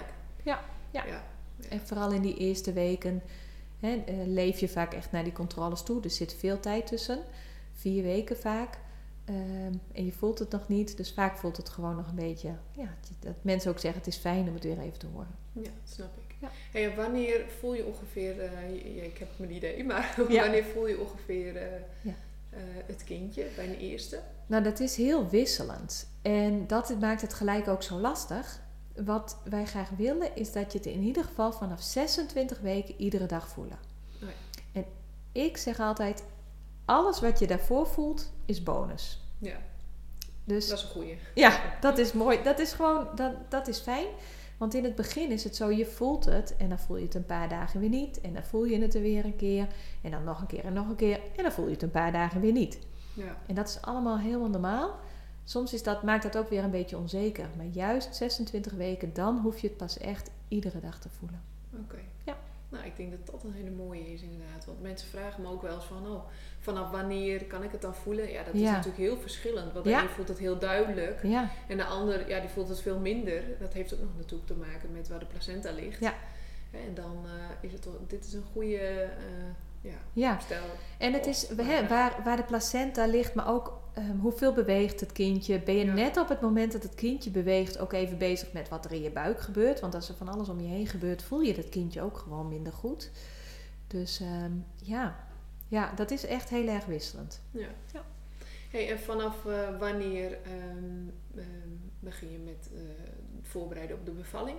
Speaker 2: En vooral in die eerste weken leef je vaak echt naar die controles toe. Er zit veel tijd tussen. 4 weken vaak. En je voelt het nog niet. Dus vaak voelt het gewoon nog een beetje... dat mensen ook zeggen, het is fijn om het weer even te horen.
Speaker 1: Ja, dat snap ik.
Speaker 2: Ja.
Speaker 1: Hey, en wanneer voel je ongeveer, ik heb mijn idee, maar
Speaker 2: Ja.
Speaker 1: wanneer voel je ongeveer
Speaker 2: Ja.
Speaker 1: het kindje bij de eerste?
Speaker 2: Nou, dat is heel wisselend. En dat maakt het gelijk ook zo lastig. Wat wij graag willen is dat je het in ieder geval vanaf 26 weken iedere dag voelen.
Speaker 1: Oh ja.
Speaker 2: En ik zeg altijd, alles wat je daarvoor voelt is bonus.
Speaker 1: Ja,
Speaker 2: Dus
Speaker 1: dat is een goeie.
Speaker 2: ja, dat is mooi. Dat is gewoon, dat is fijn. Want in het begin is het zo, je voelt het en dan voel je het een paar dagen weer niet. En dan voel je het er weer een keer. En dan nog een keer en nog een keer. En dan voel je het een paar dagen weer niet.
Speaker 1: Ja.
Speaker 2: En dat is allemaal helemaal normaal. Soms maakt dat ook weer een beetje onzeker. Maar juist 26 weken, dan hoef je het pas echt iedere dag te voelen.
Speaker 1: Oké.
Speaker 2: Ja.
Speaker 1: Nou, ik denk dat dat een hele mooie is inderdaad. Want mensen vragen me ook wel eens van, vanaf wanneer kan ik het dan voelen? Ja, dat is natuurlijk heel verschillend. Want de een voelt het heel duidelijk.
Speaker 2: Ja.
Speaker 1: En de ander, die voelt het veel minder. Dat heeft ook nog natuurlijk te maken met waar de placenta ligt.
Speaker 2: Ja.
Speaker 1: En dan is het dit is een goede stel.
Speaker 2: En het is waar de placenta ligt, maar ook hoeveel beweegt het kindje. Ben je net op het moment dat het kindje beweegt ook even bezig met wat er in je buik gebeurt. Want als er van alles om je heen gebeurt, voel je dat kindje ook gewoon minder goed. Dus dat is echt heel erg wisselend.
Speaker 1: Ja. Hey, en vanaf wanneer begin je met voorbereiden op de bevalling?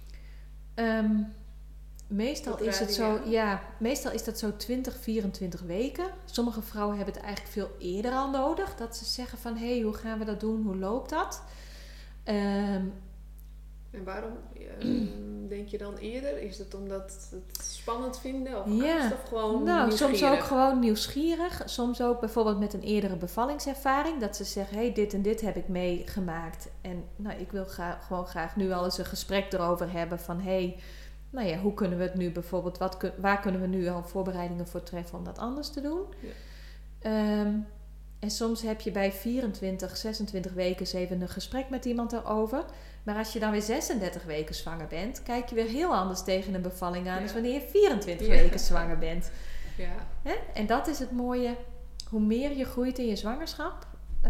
Speaker 2: Meestal is dat zo 20, 24 weken. Sommige vrouwen hebben het eigenlijk veel eerder al nodig. Dat ze zeggen van, hoe gaan we dat doen? Hoe loopt dat?
Speaker 1: En waarom denk je dan eerder? Is het omdat het spannend vinden? Of angst? Of gewoon nieuwsgierig?
Speaker 2: Soms ook gewoon nieuwsgierig. Soms ook bijvoorbeeld met een eerdere bevallingservaring. Dat ze zeggen, dit en dit heb ik meegemaakt. En ik wil gewoon graag nu al eens een gesprek erover hebben van... hoe kunnen we het nu bijvoorbeeld... waar kunnen we nu al voorbereidingen voor treffen om dat anders te doen? Ja. En soms heb je bij 24, 26 weken eens even een gesprek met iemand erover. Maar als je dan weer 36 weken zwanger bent... kijk je weer heel anders tegen een bevalling aan... dan wanneer je 24 weken zwanger bent. Ja. Hè? En dat is het mooie. Hoe meer je groeit in je zwangerschap...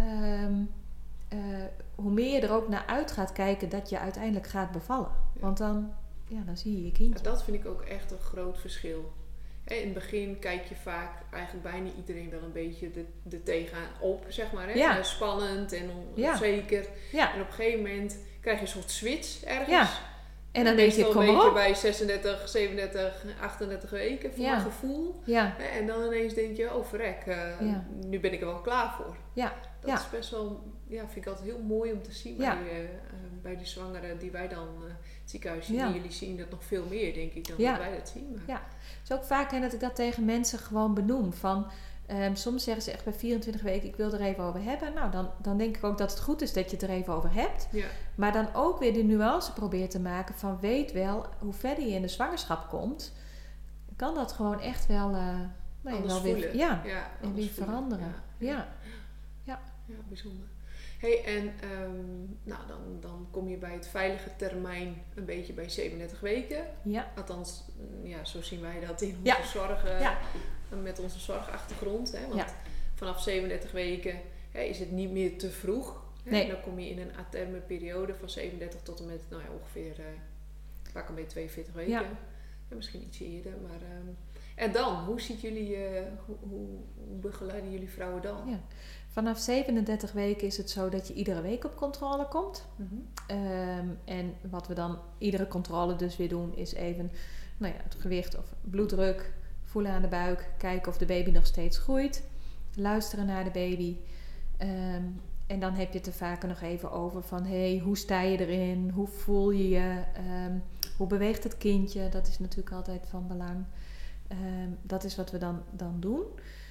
Speaker 2: hoe meer je er ook naar uit gaat kijken... dat je uiteindelijk gaat bevallen. Ja. Want dan zie je je kindje.
Speaker 1: Ja, dat vind ik ook echt een groot verschil. In het begin kijk je vaak eigenlijk bijna iedereen wel een beetje er tegenaan op, zeg maar. Hè? Ja. Spannend en onzeker. Ja. En op een gegeven moment krijg je een soort switch ergens. Ja.
Speaker 2: En dan denk je, kom
Speaker 1: een
Speaker 2: op.
Speaker 1: beetje bij 36, 37, 38 weken voor mijn gevoel. Ja. En dan ineens denk je, oh verrek, nu ben ik er wel klaar voor. Ja. Dat is best wel, vind ik altijd heel mooi om te zien bij die zwangeren die wij dan het ziekenhuis zien. Die jullie zien dat nog veel meer, denk ik, dan dat wij dat zien. Maar.
Speaker 2: Ja, het is ook vaak dat ik dat tegen mensen gewoon benoem. Van, soms zeggen ze echt bij 24 weken, ik wil er even over hebben. Nou, dan denk ik ook dat het goed is dat je het er even over hebt. Ja. Maar dan ook weer die nuance probeert te maken van, weet wel, hoe verder je in de zwangerschap komt, kan dat gewoon echt wel, weer, en weer veranderen. Ja,
Speaker 1: bijzonder. Hey, en dan kom je bij het veilige termijn een beetje bij 37 weken. Ja. Althans, zo zien wij dat in onze zorg, met onze zorgachtergrond. Hè? Want vanaf 37 weken is het niet meer te vroeg. Hè? Nee. Dan kom je in een aterme periode van 37 tot en met ongeveer pak een beetje 42 weken. Ja. Misschien ietsje eerder. Maar, en dan, hoe ziet jullie, hoe begeleiden jullie vrouwen dan? Ja.
Speaker 2: Vanaf 37 weken is het zo dat je iedere week op controle komt. Mm-hmm. En wat we dan iedere controle dus weer doen is even het gewicht of bloeddruk voelen aan de buik. Kijken of de baby nog steeds groeit. Luisteren naar de baby. En dan heb je het er vaker nog even over van hoe sta je erin? Hoe voel je je? Hoe beweegt het kindje? Dat is natuurlijk altijd van belang. Dat is wat we dan doen.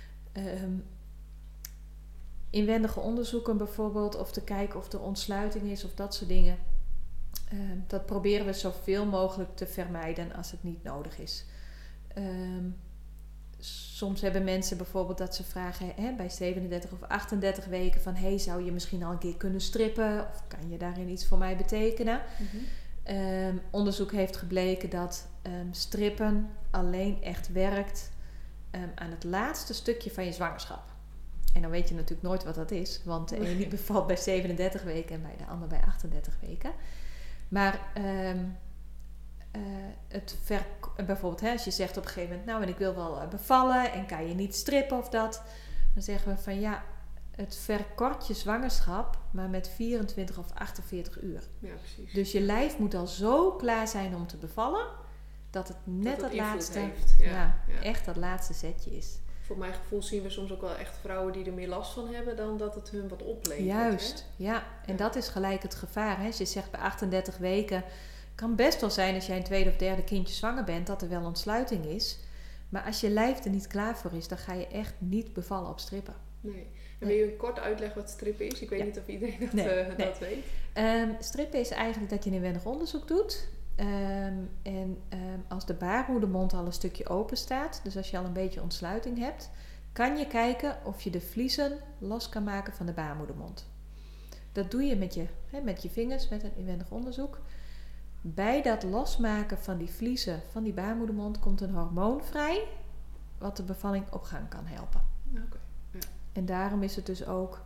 Speaker 2: Inwendige onderzoeken bijvoorbeeld, of te kijken of er ontsluiting is of dat soort dingen. Dat proberen we zoveel mogelijk te vermijden als het niet nodig is. Soms hebben mensen bijvoorbeeld dat ze vragen bij 37 of 38 weken van zou je misschien al een keer kunnen strippen of kan je daarin iets voor mij betekenen? Mm-hmm. Onderzoek heeft gebleken dat strippen alleen echt werkt aan het laatste stukje van je zwangerschap. En dan weet je natuurlijk nooit wat dat is. Want de ene bevalt bij 37 weken en bij de ander bij 38 weken. Maar bijvoorbeeld als je zegt op een gegeven moment, nou en ik wil wel bevallen en kan je niet strippen of dat. Dan zeggen we van ja, het verkort je zwangerschap, maar met 24 of 48 uur.
Speaker 3: Ja, precies.
Speaker 2: Dus je lijf moet al zo klaar zijn om te bevallen, dat het net dat laatste, echt dat laatste zetje is.
Speaker 3: Voor mijn gevoel zien we soms ook wel echt vrouwen die er meer last van hebben dan dat het hun wat oplevert.
Speaker 2: Juist, ja. En dat is gelijk het gevaar. Hè? Als je zegt bij 38 weken, kan best wel zijn als jij een tweede of derde kindje zwanger bent, dat er wel ontsluiting is. Maar als je lijf er niet klaar voor is, dan ga je echt niet bevallen op strippen.
Speaker 3: Nee. En wil je kort uitleggen wat strippen is? Ik weet niet of iedereen dat weet.
Speaker 2: Strippen is eigenlijk dat je een inwendig onderzoek doet. Als de baarmoedermond al een stukje open staat, dus als je al een beetje ontsluiting hebt, kan je kijken of je de vliezen los kan maken van de baarmoedermond. Dat doe je met je vingers, met een inwendig onderzoek. Bij dat losmaken van die vliezen van die baarmoedermond komt een hormoon vrij, wat de bevalling op gang kan helpen.
Speaker 3: Okay. Ja.
Speaker 2: En daarom is het dus ook,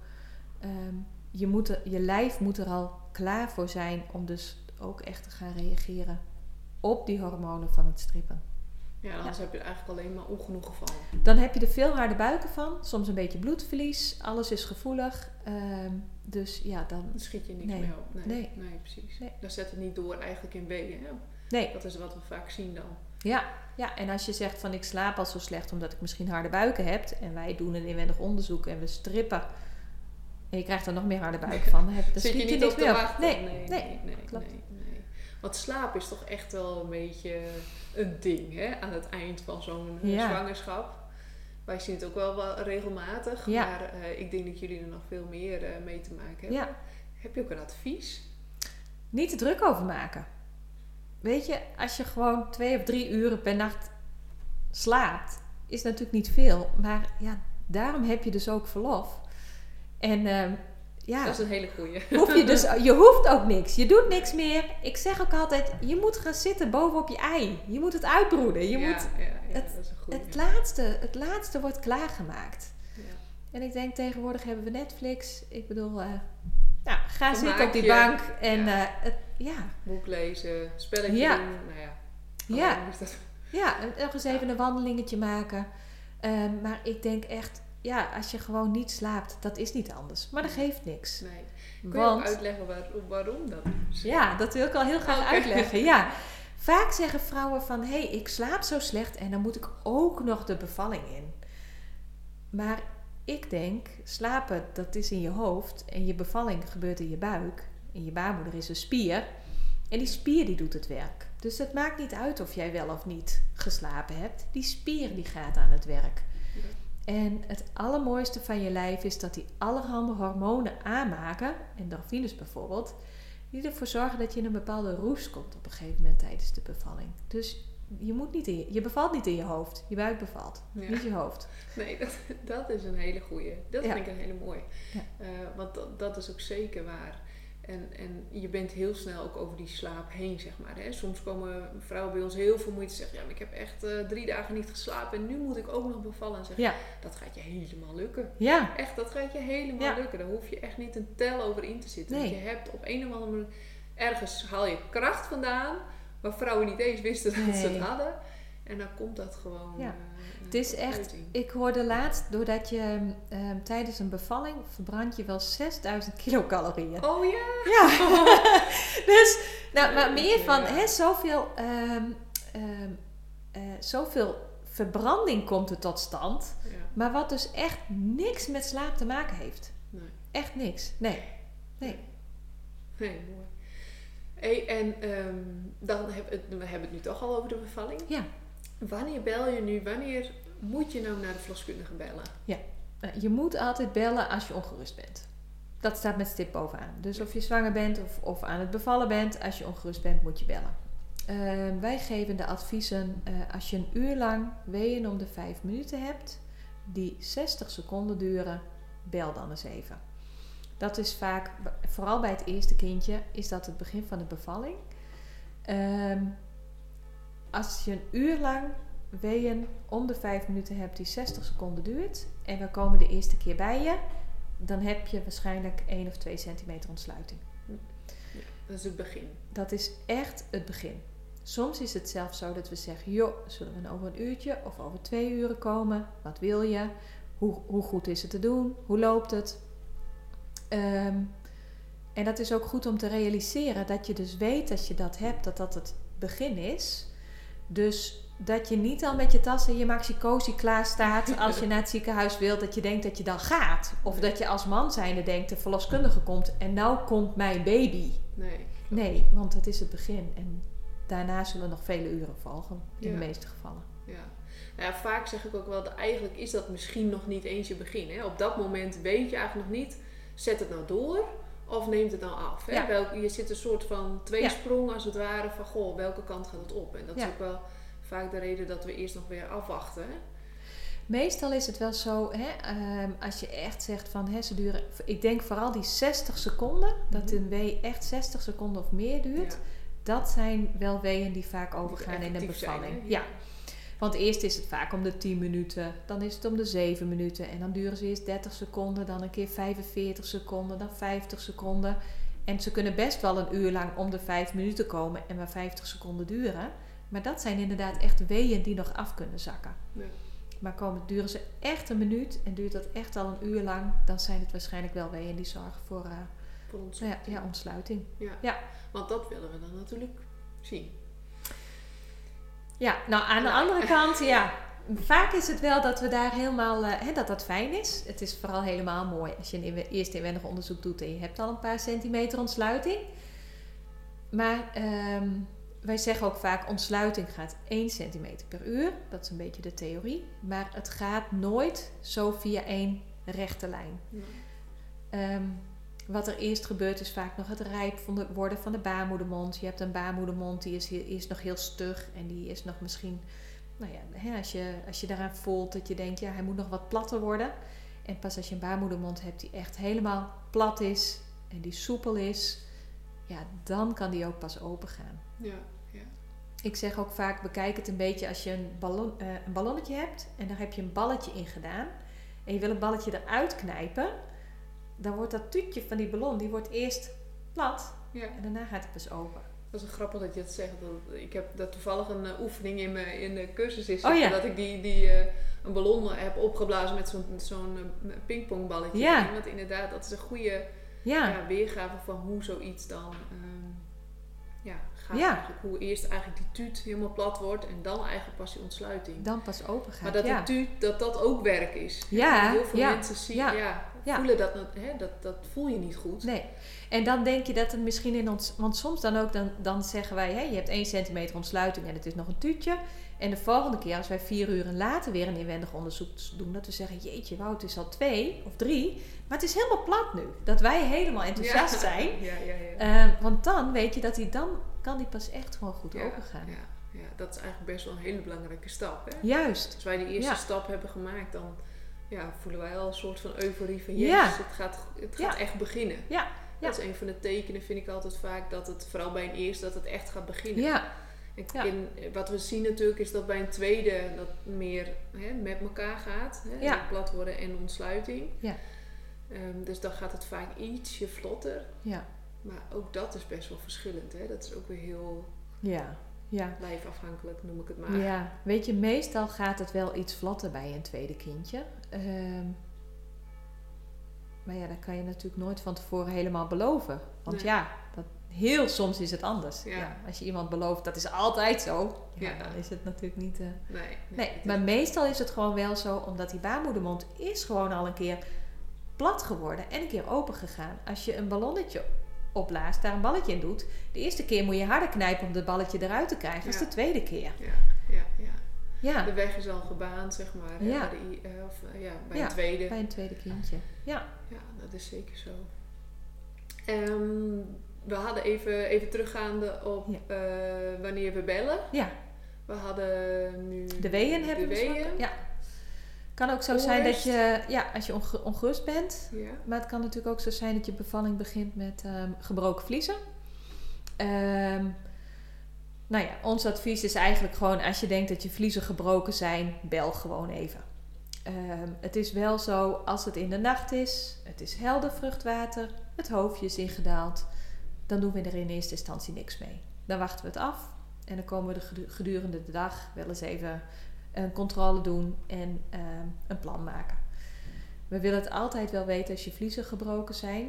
Speaker 2: je lijf moet er al klaar voor zijn om dus ook echt te gaan reageren op die hormonen van het strippen.
Speaker 3: Ja, anders heb je er eigenlijk alleen maar ongenoegen van.
Speaker 2: Dan heb je er veel harde buiken van, soms een beetje bloedverlies, alles is gevoelig. Dus ja, dan
Speaker 3: schiet je niks meer op. Nee, precies.
Speaker 2: Nee.
Speaker 3: Dan zet het niet door eigenlijk in weeën. Hè?
Speaker 2: Nee.
Speaker 3: Dat is wat we vaak zien dan.
Speaker 2: Ja, en als je zegt van ik slaap al zo slecht omdat ik misschien harde buiken heb en wij doen een inwendig onderzoek en we strippen en je krijgt er nog meer harde buiken van, dan
Speaker 3: zit je niet op te wachten.
Speaker 2: Nee, klopt.
Speaker 3: Nee. Want slaap is toch echt wel een beetje een ding, hè? Aan het eind van zo'n zwangerschap. Wij zien het ook wel regelmatig, maar ik denk dat jullie er nog veel meer mee te maken hebben.
Speaker 2: Ja.
Speaker 3: Heb je ook een advies?
Speaker 2: Niet te druk over maken. Weet je, als je gewoon 2 of 3 uren per nacht slaapt, is natuurlijk niet veel. Maar ja, daarom heb je dus ook verlof. En
Speaker 3: dat is een hele goeie.
Speaker 2: Je hoeft ook niks. Je doet niks meer. Ik zeg ook altijd, je moet gaan zitten bovenop je ei. Je moet het uitbroeden. Dat is een goeie. Het laatste wordt klaargemaakt. Ja. En ik denk, tegenwoordig hebben we Netflix. Ik bedoel, ga zitten op die bank. En
Speaker 3: boek lezen, spelletje doen. Nou ja. Is dat...
Speaker 2: Ja, nog eens even een wandelingetje maken. Maar ik denk echt, als je gewoon niet slaapt, dat is niet anders. Maar dat geeft niks.
Speaker 3: Nee. Kun je ook uitleggen waarom dat is?
Speaker 2: Ja, dat wil ik al heel graag uitleggen. Ja. Vaak zeggen vrouwen van, ik slaap zo slecht en dan moet ik ook nog de bevalling in. Maar ik denk, slapen, dat is in je hoofd en je bevalling gebeurt in je buik. In je baarmoeder is een spier. En die spier die doet het werk. Dus het maakt niet uit of jij wel of niet geslapen hebt. Die spier die gaat aan het werk.
Speaker 3: Ja.
Speaker 2: En het allermooiste van je lijf is dat die allerhande hormonen aanmaken, endorfines bijvoorbeeld, die ervoor zorgen dat je in een bepaalde roes komt op een gegeven moment tijdens de bevalling. Dus je bevalt niet in je hoofd, je buik bevalt, niet je hoofd.
Speaker 3: Nee, dat is een hele goeie. Dat vind ik een hele mooie. Ja. Want dat is ook zeker waar. En je bent heel snel ook over die slaap heen, zeg maar. Hè? Soms komen vrouwen bij ons heel vermoeid en zeggen, maar ik heb echt 3 dagen niet geslapen en nu moet ik ook nog bevallen. En zeggen, dat gaat je helemaal lukken.
Speaker 2: Ja.
Speaker 3: Echt, dat gaat je helemaal lukken. Daar hoef je echt niet een tel over in te zitten. Nee. Want je hebt op een of andere manier, ergens haal je kracht vandaan, waar vrouwen niet eens wisten dat ze het hadden. En dan komt dat gewoon...
Speaker 2: Ja. Het is echt, ik hoorde laatst, doordat je tijdens een bevalling verbrand je wel 6000 kilocalorieën.
Speaker 3: Oh ja!
Speaker 2: Ja. Dus, maar meer van, zoveel verbranding komt er tot stand. Ja. Maar wat dus echt niks met slaap te maken heeft.
Speaker 3: Nee.
Speaker 2: Echt niks. Nee,
Speaker 3: mooi. Hey, en dan we hebben het nu toch al over de bevalling.
Speaker 2: Ja.
Speaker 3: Wanneer bel je nu? Wanneer moet je nou naar de verloskundige bellen?
Speaker 2: Ja, je moet altijd bellen als je ongerust bent. Dat staat met stip bovenaan. Dus of je zwanger bent of aan het bevallen bent, als je ongerust bent, moet je bellen. Wij geven de adviezen, als je een uur lang weeën om de 5 minuten hebt, die 60 seconden duren, bel dan eens even. Dat is vaak, vooral bij het eerste kindje, is dat het begin van de bevalling. Als je een uur lang weeën om de 5 minuten hebt die 60 seconden duurt en we komen de eerste keer bij je, dan heb je waarschijnlijk 1 of 2 centimeter ontsluiting.
Speaker 3: Ja, dat is het begin.
Speaker 2: Dat is echt het begin. Soms is het zelfs zo dat we zeggen, joh, zullen we over een uurtje of over 2 uren komen? Wat wil je? Hoe goed is het te doen? Hoe loopt het? En dat is ook goed om te realiseren dat je dus weet als je dat hebt, dat dat het begin is. Dus dat je niet al met je tas en je maxi-cosi klaar staat als je naar het ziekenhuis wilt, dat je denkt dat je dan gaat. Of dat je als man zijnde denkt, de verloskundige komt en nou komt mijn baby. Nee, want het is het begin. En daarna zullen nog vele uren volgen, in de meeste gevallen.
Speaker 3: Ja. Nou ja, vaak zeg ik ook wel, eigenlijk is dat misschien nog niet eens je begin. Hè? Op dat moment weet je eigenlijk nog niet, zet het nou door of neemt het nou af. Hè?
Speaker 2: Ja.
Speaker 3: Je zit een soort van tweesprong als het ware van, goh, welke kant gaat het op? En dat is ook wel vaak de reden dat we eerst nog weer afwachten. Hè?
Speaker 2: Meestal is het wel zo, als je echt zegt van, ze duren, ik denk vooral die 60 seconden, dat een wee echt 60 seconden of meer duurt. Ja. Dat zijn wel weeën die vaak overgaan in een bevalling. Ja. Want eerst is het vaak om de 10 minuten, dan is het om de 7 minuten. En dan duren ze eerst 30 seconden, dan een keer 45 seconden, dan 50 seconden. En ze kunnen best wel een uur lang om de 5 minuten komen en maar 50 seconden duren. Maar dat zijn inderdaad echt weeën die nog af kunnen zakken. Ja. Maar duren ze echt een minuut en duurt dat echt al een uur lang, dan zijn het waarschijnlijk wel weeën die zorgen voor ontsluiting. Ontsluiting.
Speaker 3: Ja, want dat willen we dan natuurlijk zien.
Speaker 2: Ja, nou aan de andere kant, vaak is het wel dat we daar helemaal, dat fijn is. Het is vooral helemaal mooi als je een eerste inwendig onderzoek doet en je hebt al een paar centimeter ontsluiting. Maar wij zeggen ook vaak, ontsluiting gaat 1 centimeter per uur. Dat is een beetje de theorie. Maar het gaat nooit zo via 1 rechte lijn. Nee. Wat er eerst gebeurt is vaak nog het rijp worden van de baarmoedermond. Je hebt een baarmoedermond die is nog heel stug en die is nog misschien, als je daaraan voelt dat je denkt, hij moet nog wat platter worden. En pas als je een baarmoedermond hebt die echt helemaal plat is en die soepel is, dan kan die ook pas open gaan. Ja. Ik zeg ook vaak, bekijk het een beetje als je een ballonnetje hebt en daar heb je een balletje in gedaan en je wil een balletje eruit knijpen. Dan wordt dat tuutje van die ballon, die wordt eerst plat en daarna gaat het pas open.
Speaker 3: Dat is grappig dat je het zegt. Ik heb dat toevallig een oefening in de cursus is. Dat ik een ballon heb opgeblazen met zo'n pingpongballetje.
Speaker 2: Ja.
Speaker 3: Want inderdaad, dat is een goede weergave van hoe zoiets dan gaat. Eigenlijk. Hoe eerst eigenlijk die tuut helemaal plat wordt en dan eigenlijk pas die ontsluiting.
Speaker 2: Dan pas open gaat.
Speaker 3: Maar dat die tuut, dat ook werk is.
Speaker 2: Ja.
Speaker 3: Heel veel mensen zien, voelen dat voel je niet goed.
Speaker 2: Nee. En dan denk je dat het misschien in ons, want soms dan ook, dan zeggen wij, je hebt 1 centimeter ontsluiting en het is nog een tuutje. En de volgende keer, als wij 4 uur later weer een inwendig onderzoek doen, dat we zeggen, jeetje, wauw, het is al 2 of 3, maar het is helemaal plat nu. Dat wij helemaal enthousiast zijn. Want dan weet je dat dan kan die pas echt gewoon goed open gaan.
Speaker 3: Ja, dat is eigenlijk best wel een hele belangrijke stap. Hè?
Speaker 2: Juist.
Speaker 3: Als wij die eerste stap hebben gemaakt, dan voelen wij al een soort van euforie van het gaat echt beginnen. Ja. Dat is een van de tekenen, vind ik altijd vaak, dat het vooral bij een eerste, dat het echt gaat beginnen. Ja. En wat we zien natuurlijk is dat bij een tweede dat meer met elkaar gaat. Plat worden en ontsluiting. Ja. Dus dan gaat het vaak ietsje vlotter. Ja. Maar ook dat is best wel verschillend. Hè? Dat is ook weer heel lijfafhankelijk, noem ik het maar.
Speaker 2: Ja, weet je, meestal gaat het wel iets vlotter bij een tweede kindje. Maar dat kan je natuurlijk nooit van tevoren helemaal beloven. Want heel soms is het anders. Ja. Ja, als je iemand belooft, dat is altijd zo. Dan is het natuurlijk niet... Nee, maar meestal is het gewoon wel zo, omdat die baarmoedermond is gewoon al een keer plat geworden en een keer open gegaan. Als je een ballonnetje opblaast, daar een balletje in doet, de eerste keer moet je harder knijpen om het balletje eruit te krijgen als de tweede keer.
Speaker 3: Ja. De weg is al gebaand, zeg maar. Bij een tweede.
Speaker 2: Bij een tweede kindje. Ja,
Speaker 3: dat is zeker zo. We hadden even teruggaande op wanneer we bellen. Ja. We hadden nu
Speaker 2: de weeën hebben we. Ja. Kan ook zo zijn dat je, als je ongerust bent. Ja. Maar het kan natuurlijk ook zo zijn dat je bevalling begint met gebroken vliezen. Ons advies is eigenlijk gewoon, als je denkt dat je vliezen gebroken zijn, bel gewoon even. Het is wel zo, als het in de nacht is, het is helder vruchtwater, het hoofdje is ingedaald, dan doen we er in eerste instantie niks mee. Dan wachten we het af En dan komen we gedurende de dag wel eens even een controle doen en een plan maken. We willen het altijd wel weten als je vliezen gebroken zijn.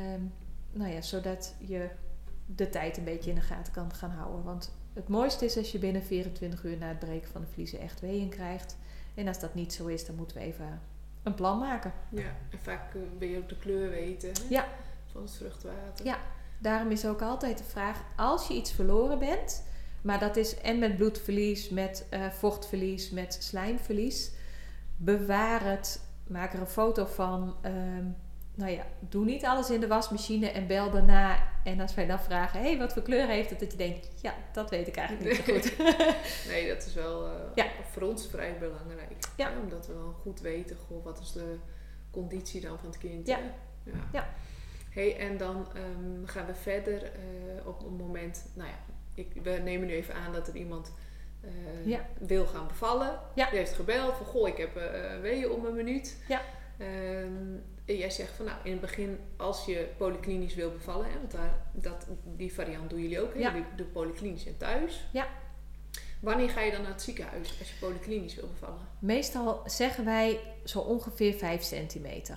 Speaker 2: Zodat je de tijd een beetje in de gaten kan gaan houden. Want het mooiste is als je binnen 24 uur na het breken van de vliezen echt weeën krijgt. En als dat niet zo is, dan moeten we even een plan maken.
Speaker 3: Ja, en vaak wil je ook de kleur weten, hè?
Speaker 2: Ja.
Speaker 3: Van het vruchtwater.
Speaker 2: Ja, daarom is ook altijd de vraag, als je iets verloren bent, maar dat is en met bloedverlies, met vochtverlies, met slijmverlies, bewaar het, maak er een foto van. Doe niet alles in de wasmachine en bel daarna. En als wij dan vragen, wat voor kleur heeft het? Dat je denkt, ja, dat weet ik eigenlijk niet zo goed.
Speaker 3: Nee, dat is wel voor ons vrij belangrijk.
Speaker 2: Ja.
Speaker 3: Ja, omdat we dan goed weten, wat is de conditie dan van het kind.
Speaker 2: Ja.
Speaker 3: Ja. Hey, en dan gaan we verder op een moment, we nemen nu even aan dat er iemand wil gaan bevallen.
Speaker 2: Ja. Die
Speaker 3: heeft gebeld van, ik heb weeën om een minuut.
Speaker 2: Ja.
Speaker 3: En jij zegt van, in het begin, als je polyklinisch wil bevallen, want die variant doen jullie ook, hè? Jullie doen polyklinisch en thuis.
Speaker 2: Ja.
Speaker 3: Wanneer ga je dan naar het ziekenhuis als je polyklinisch wil bevallen?
Speaker 2: Meestal zeggen wij zo ongeveer 5 centimeter.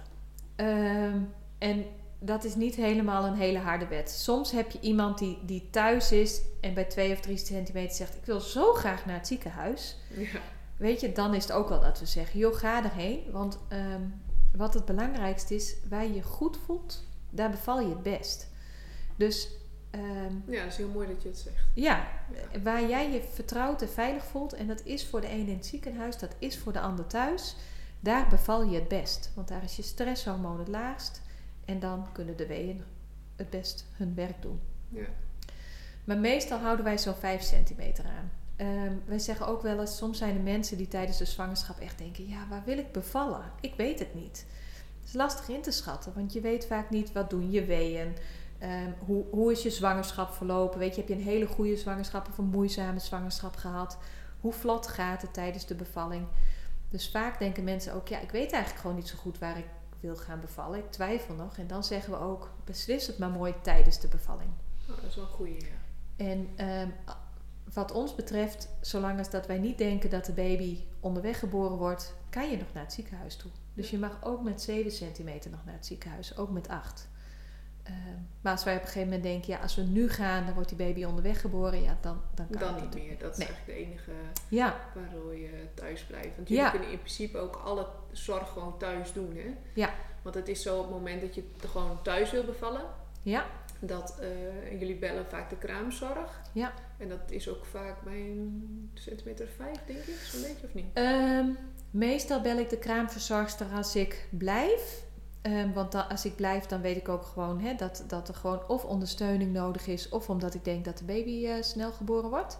Speaker 2: En dat is niet helemaal een hele harde wet. Soms heb je iemand die thuis is en bij 2 of 3 centimeter zegt, ik wil zo graag naar het ziekenhuis.
Speaker 3: Ja.
Speaker 2: Weet je, dan is het ook wel dat we zeggen, ga erheen. Want wat het belangrijkste is, waar je je goed voelt, daar beval je het best. Dus
Speaker 3: dat is heel mooi dat je het zegt.
Speaker 2: Ja, waar jij je vertrouwd en veilig voelt, en dat is voor de een in het ziekenhuis, dat is voor de ander thuis, daar beval je het best. Want daar is je stresshormoon het laagst en dan kunnen de weeën het best hun werk doen.
Speaker 3: Ja.
Speaker 2: Maar meestal houden wij zo'n 5 centimeter aan. Wij zeggen ook wel eens, soms zijn er mensen die tijdens de zwangerschap echt denken, waar wil ik bevallen? Ik weet het niet. Het is lastig in te schatten, want je weet vaak niet, wat doen je weeën? Hoe is je zwangerschap verlopen? Weet je, heb je een hele goede zwangerschap of een moeizame zwangerschap gehad? Hoe vlot gaat het tijdens de bevalling? Dus vaak denken mensen ook, ik weet eigenlijk gewoon niet zo goed waar ik wil gaan bevallen. Ik twijfel nog. En dan zeggen we ook, beslis het maar mooi tijdens de bevalling.
Speaker 3: Oh, dat is wel een goeie, ja.
Speaker 2: En wat ons betreft, zolang als dat wij niet denken dat de baby onderweg geboren wordt, kan je nog naar het ziekenhuis toe. Dus je mag ook met 7 centimeter nog naar het ziekenhuis, ook met 8. Maar als wij op een gegeven moment denken, als we nu gaan, dan wordt die baby onderweg geboren, dan kan
Speaker 3: dan
Speaker 2: het
Speaker 3: niet meer. Dat is eigenlijk de enige waardoor je thuis blijft. Want jullie kunnen in principe ook alle zorg gewoon thuis doen, hè?
Speaker 2: Ja. Want
Speaker 3: het is zo op het moment dat je gewoon thuis wil bevallen.
Speaker 2: Ja.
Speaker 3: Dat jullie bellen vaak de kraamzorg.
Speaker 2: Ja.
Speaker 3: En dat is ook vaak bij een centimeter 5, denk ik, zo'n beetje, of niet?
Speaker 2: Meestal bel ik de kraamverzorgster als ik blijf. Want als ik blijf, dan weet ik ook gewoon dat er gewoon of ondersteuning nodig is, of omdat ik denk dat de baby snel geboren wordt.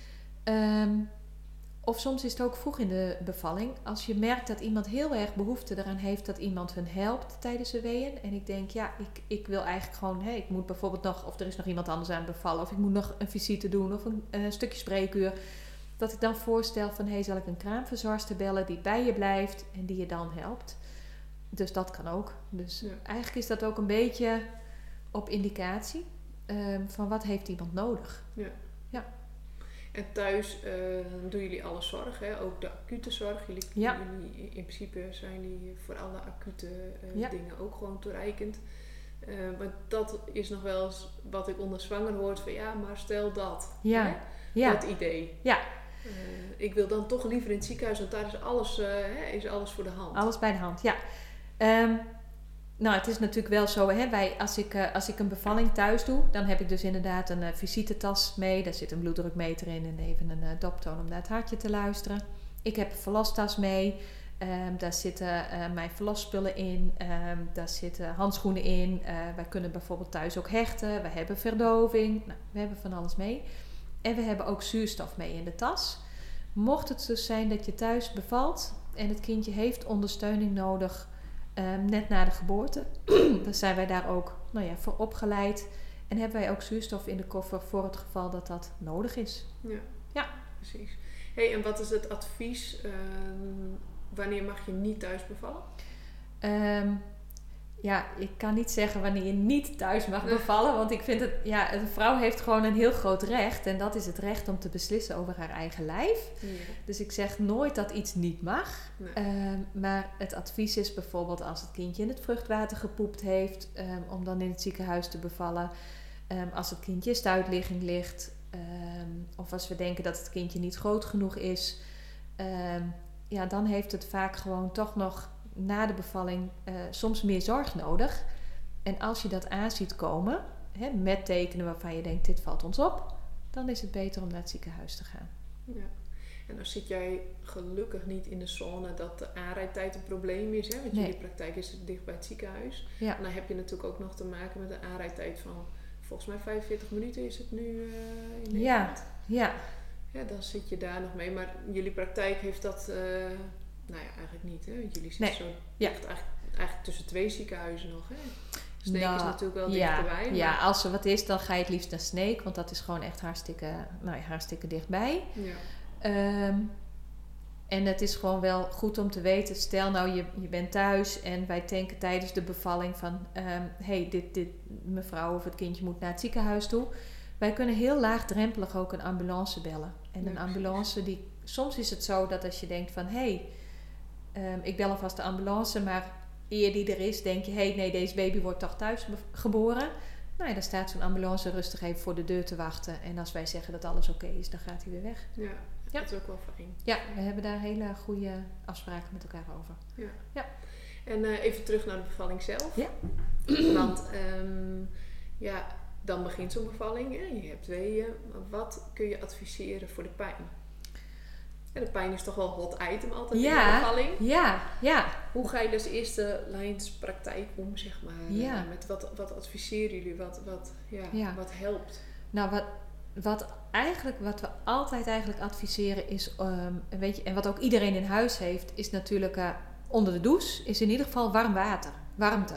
Speaker 2: Of soms is het ook vroeg in de bevalling. Als je merkt dat iemand heel erg behoefte eraan heeft dat iemand hun helpt tijdens de weeën. En ik denk, ik wil eigenlijk gewoon, ik moet bijvoorbeeld nog, of er is nog iemand anders aan het bevallen, of ik moet nog een visite doen, of een stukje spreekuur. Dat ik dan voorstel van, zal ik een kraamverzorgster bellen die bij je blijft en die je dan helpt. Dus dat kan ook. Dus eigenlijk is dat ook een beetje op indicatie van wat heeft iemand nodig.
Speaker 3: Ja. En thuis doen jullie alle zorg, hè? Ook de acute zorg. Jullie, in principe zijn die voor alle acute dingen ook gewoon toereikend. Maar dat is nog wel eens wat ik onder zwanger hoor van maar stel dat.
Speaker 2: Ja.
Speaker 3: Hè?
Speaker 2: Ja.
Speaker 3: Dat idee.
Speaker 2: Ja.
Speaker 3: Ik wil dan toch liever in het ziekenhuis, want daar is alles voor de hand.
Speaker 2: Alles bij de hand, ja. Het is natuurlijk wel zo, als ik een bevalling thuis doe, dan heb ik dus inderdaad een visitetas mee. Daar zit een bloeddrukmeter in en even een doptoon om naar het hartje te luisteren. Ik heb een verlostas mee. Daar zitten mijn verlosspullen in. Daar zitten handschoenen in. Wij kunnen bijvoorbeeld thuis ook hechten. We hebben verdoving. We hebben van alles mee. En we hebben ook zuurstof mee in de tas. Mocht het dus zijn dat je thuis bevalt en het kindje heeft ondersteuning nodig net na de geboorte, dan zijn wij daar ook voor opgeleid. En hebben wij ook zuurstof in de koffer voor het geval dat dat nodig is.
Speaker 3: Ja. Precies. Hey, en wat is het advies? Wanneer mag je niet thuis bevallen?
Speaker 2: ik kan niet zeggen wanneer je niet thuis mag bevallen. Want ik vind het, een vrouw heeft gewoon een heel groot recht. En dat is het recht om te beslissen over haar eigen lijf. Ja. Dus ik zeg nooit dat iets niet mag. Nee. Maar het advies is bijvoorbeeld als het kindje in het vruchtwater gepoept heeft. Om dan in het ziekenhuis te bevallen. Als het kindje in stuitligging ligt. Of als we denken dat het kindje niet groot genoeg is. Dan heeft het vaak gewoon toch nog na de bevalling soms meer zorg nodig. En als je dat aan ziet komen, met tekenen waarvan je denkt, dit valt ons op, dan is het beter om naar het ziekenhuis te gaan.
Speaker 3: Ja. En dan zit jij gelukkig niet in de zone dat de aanrijdtijd een probleem is. Hè? Want jullie praktijk is dicht bij het ziekenhuis. Ja. En dan heb je natuurlijk ook nog te maken met een aanrijdtijd van, volgens mij 45 minuten is het nu in Nederland.
Speaker 2: Ja.
Speaker 3: Ja, dan zit je daar nog mee. Maar jullie praktijk heeft dat... eigenlijk niet, hè? Want jullie zitten zo dicht eigenlijk tussen 2 ziekenhuizen nog, hè? Sneek is natuurlijk wel dichterbij. Maar...
Speaker 2: Ja, als er wat is, dan ga je het liefst naar Sneek, want dat is gewoon echt hartstikke dichtbij. Ja. En het is gewoon wel goed om te weten, stel nou je bent thuis en wij denken tijdens de bevalling van, dit mevrouw of het kindje moet naar het ziekenhuis toe. Wij kunnen heel laagdrempelig ook een ambulance bellen. En een ambulance die, soms is het zo dat als je denkt van, ik bel alvast de ambulance, maar eer die er is, denk je, nee, deze baby wordt toch thuis geboren. Nou ja, dan staat zo'n ambulance rustig even voor de deur te wachten. En als wij zeggen dat alles oké is, dan gaat hij weer weg.
Speaker 3: Ja, dat is ook wel fijn.
Speaker 2: Ja, we hebben daar hele goede afspraken met elkaar over.
Speaker 3: Ja. En even terug naar de bevalling zelf.
Speaker 2: Ja.
Speaker 3: Want, dan begint zo'n bevalling. Hè? Je hebt weeën. Maar wat kun je adviseren voor de pijn? Ja, de pijn is toch wel een hot item altijd in de bevalling.
Speaker 2: Ja.
Speaker 3: Hoe ga je dus eerste lijnspraktijk om, zeg maar?
Speaker 2: Ja.
Speaker 3: Met wat adviseren jullie? Wat helpt?
Speaker 2: Nou, wat we altijd eigenlijk adviseren is, en wat ook iedereen in huis heeft, is natuurlijk onder de douche, is in ieder geval warm water, warmte.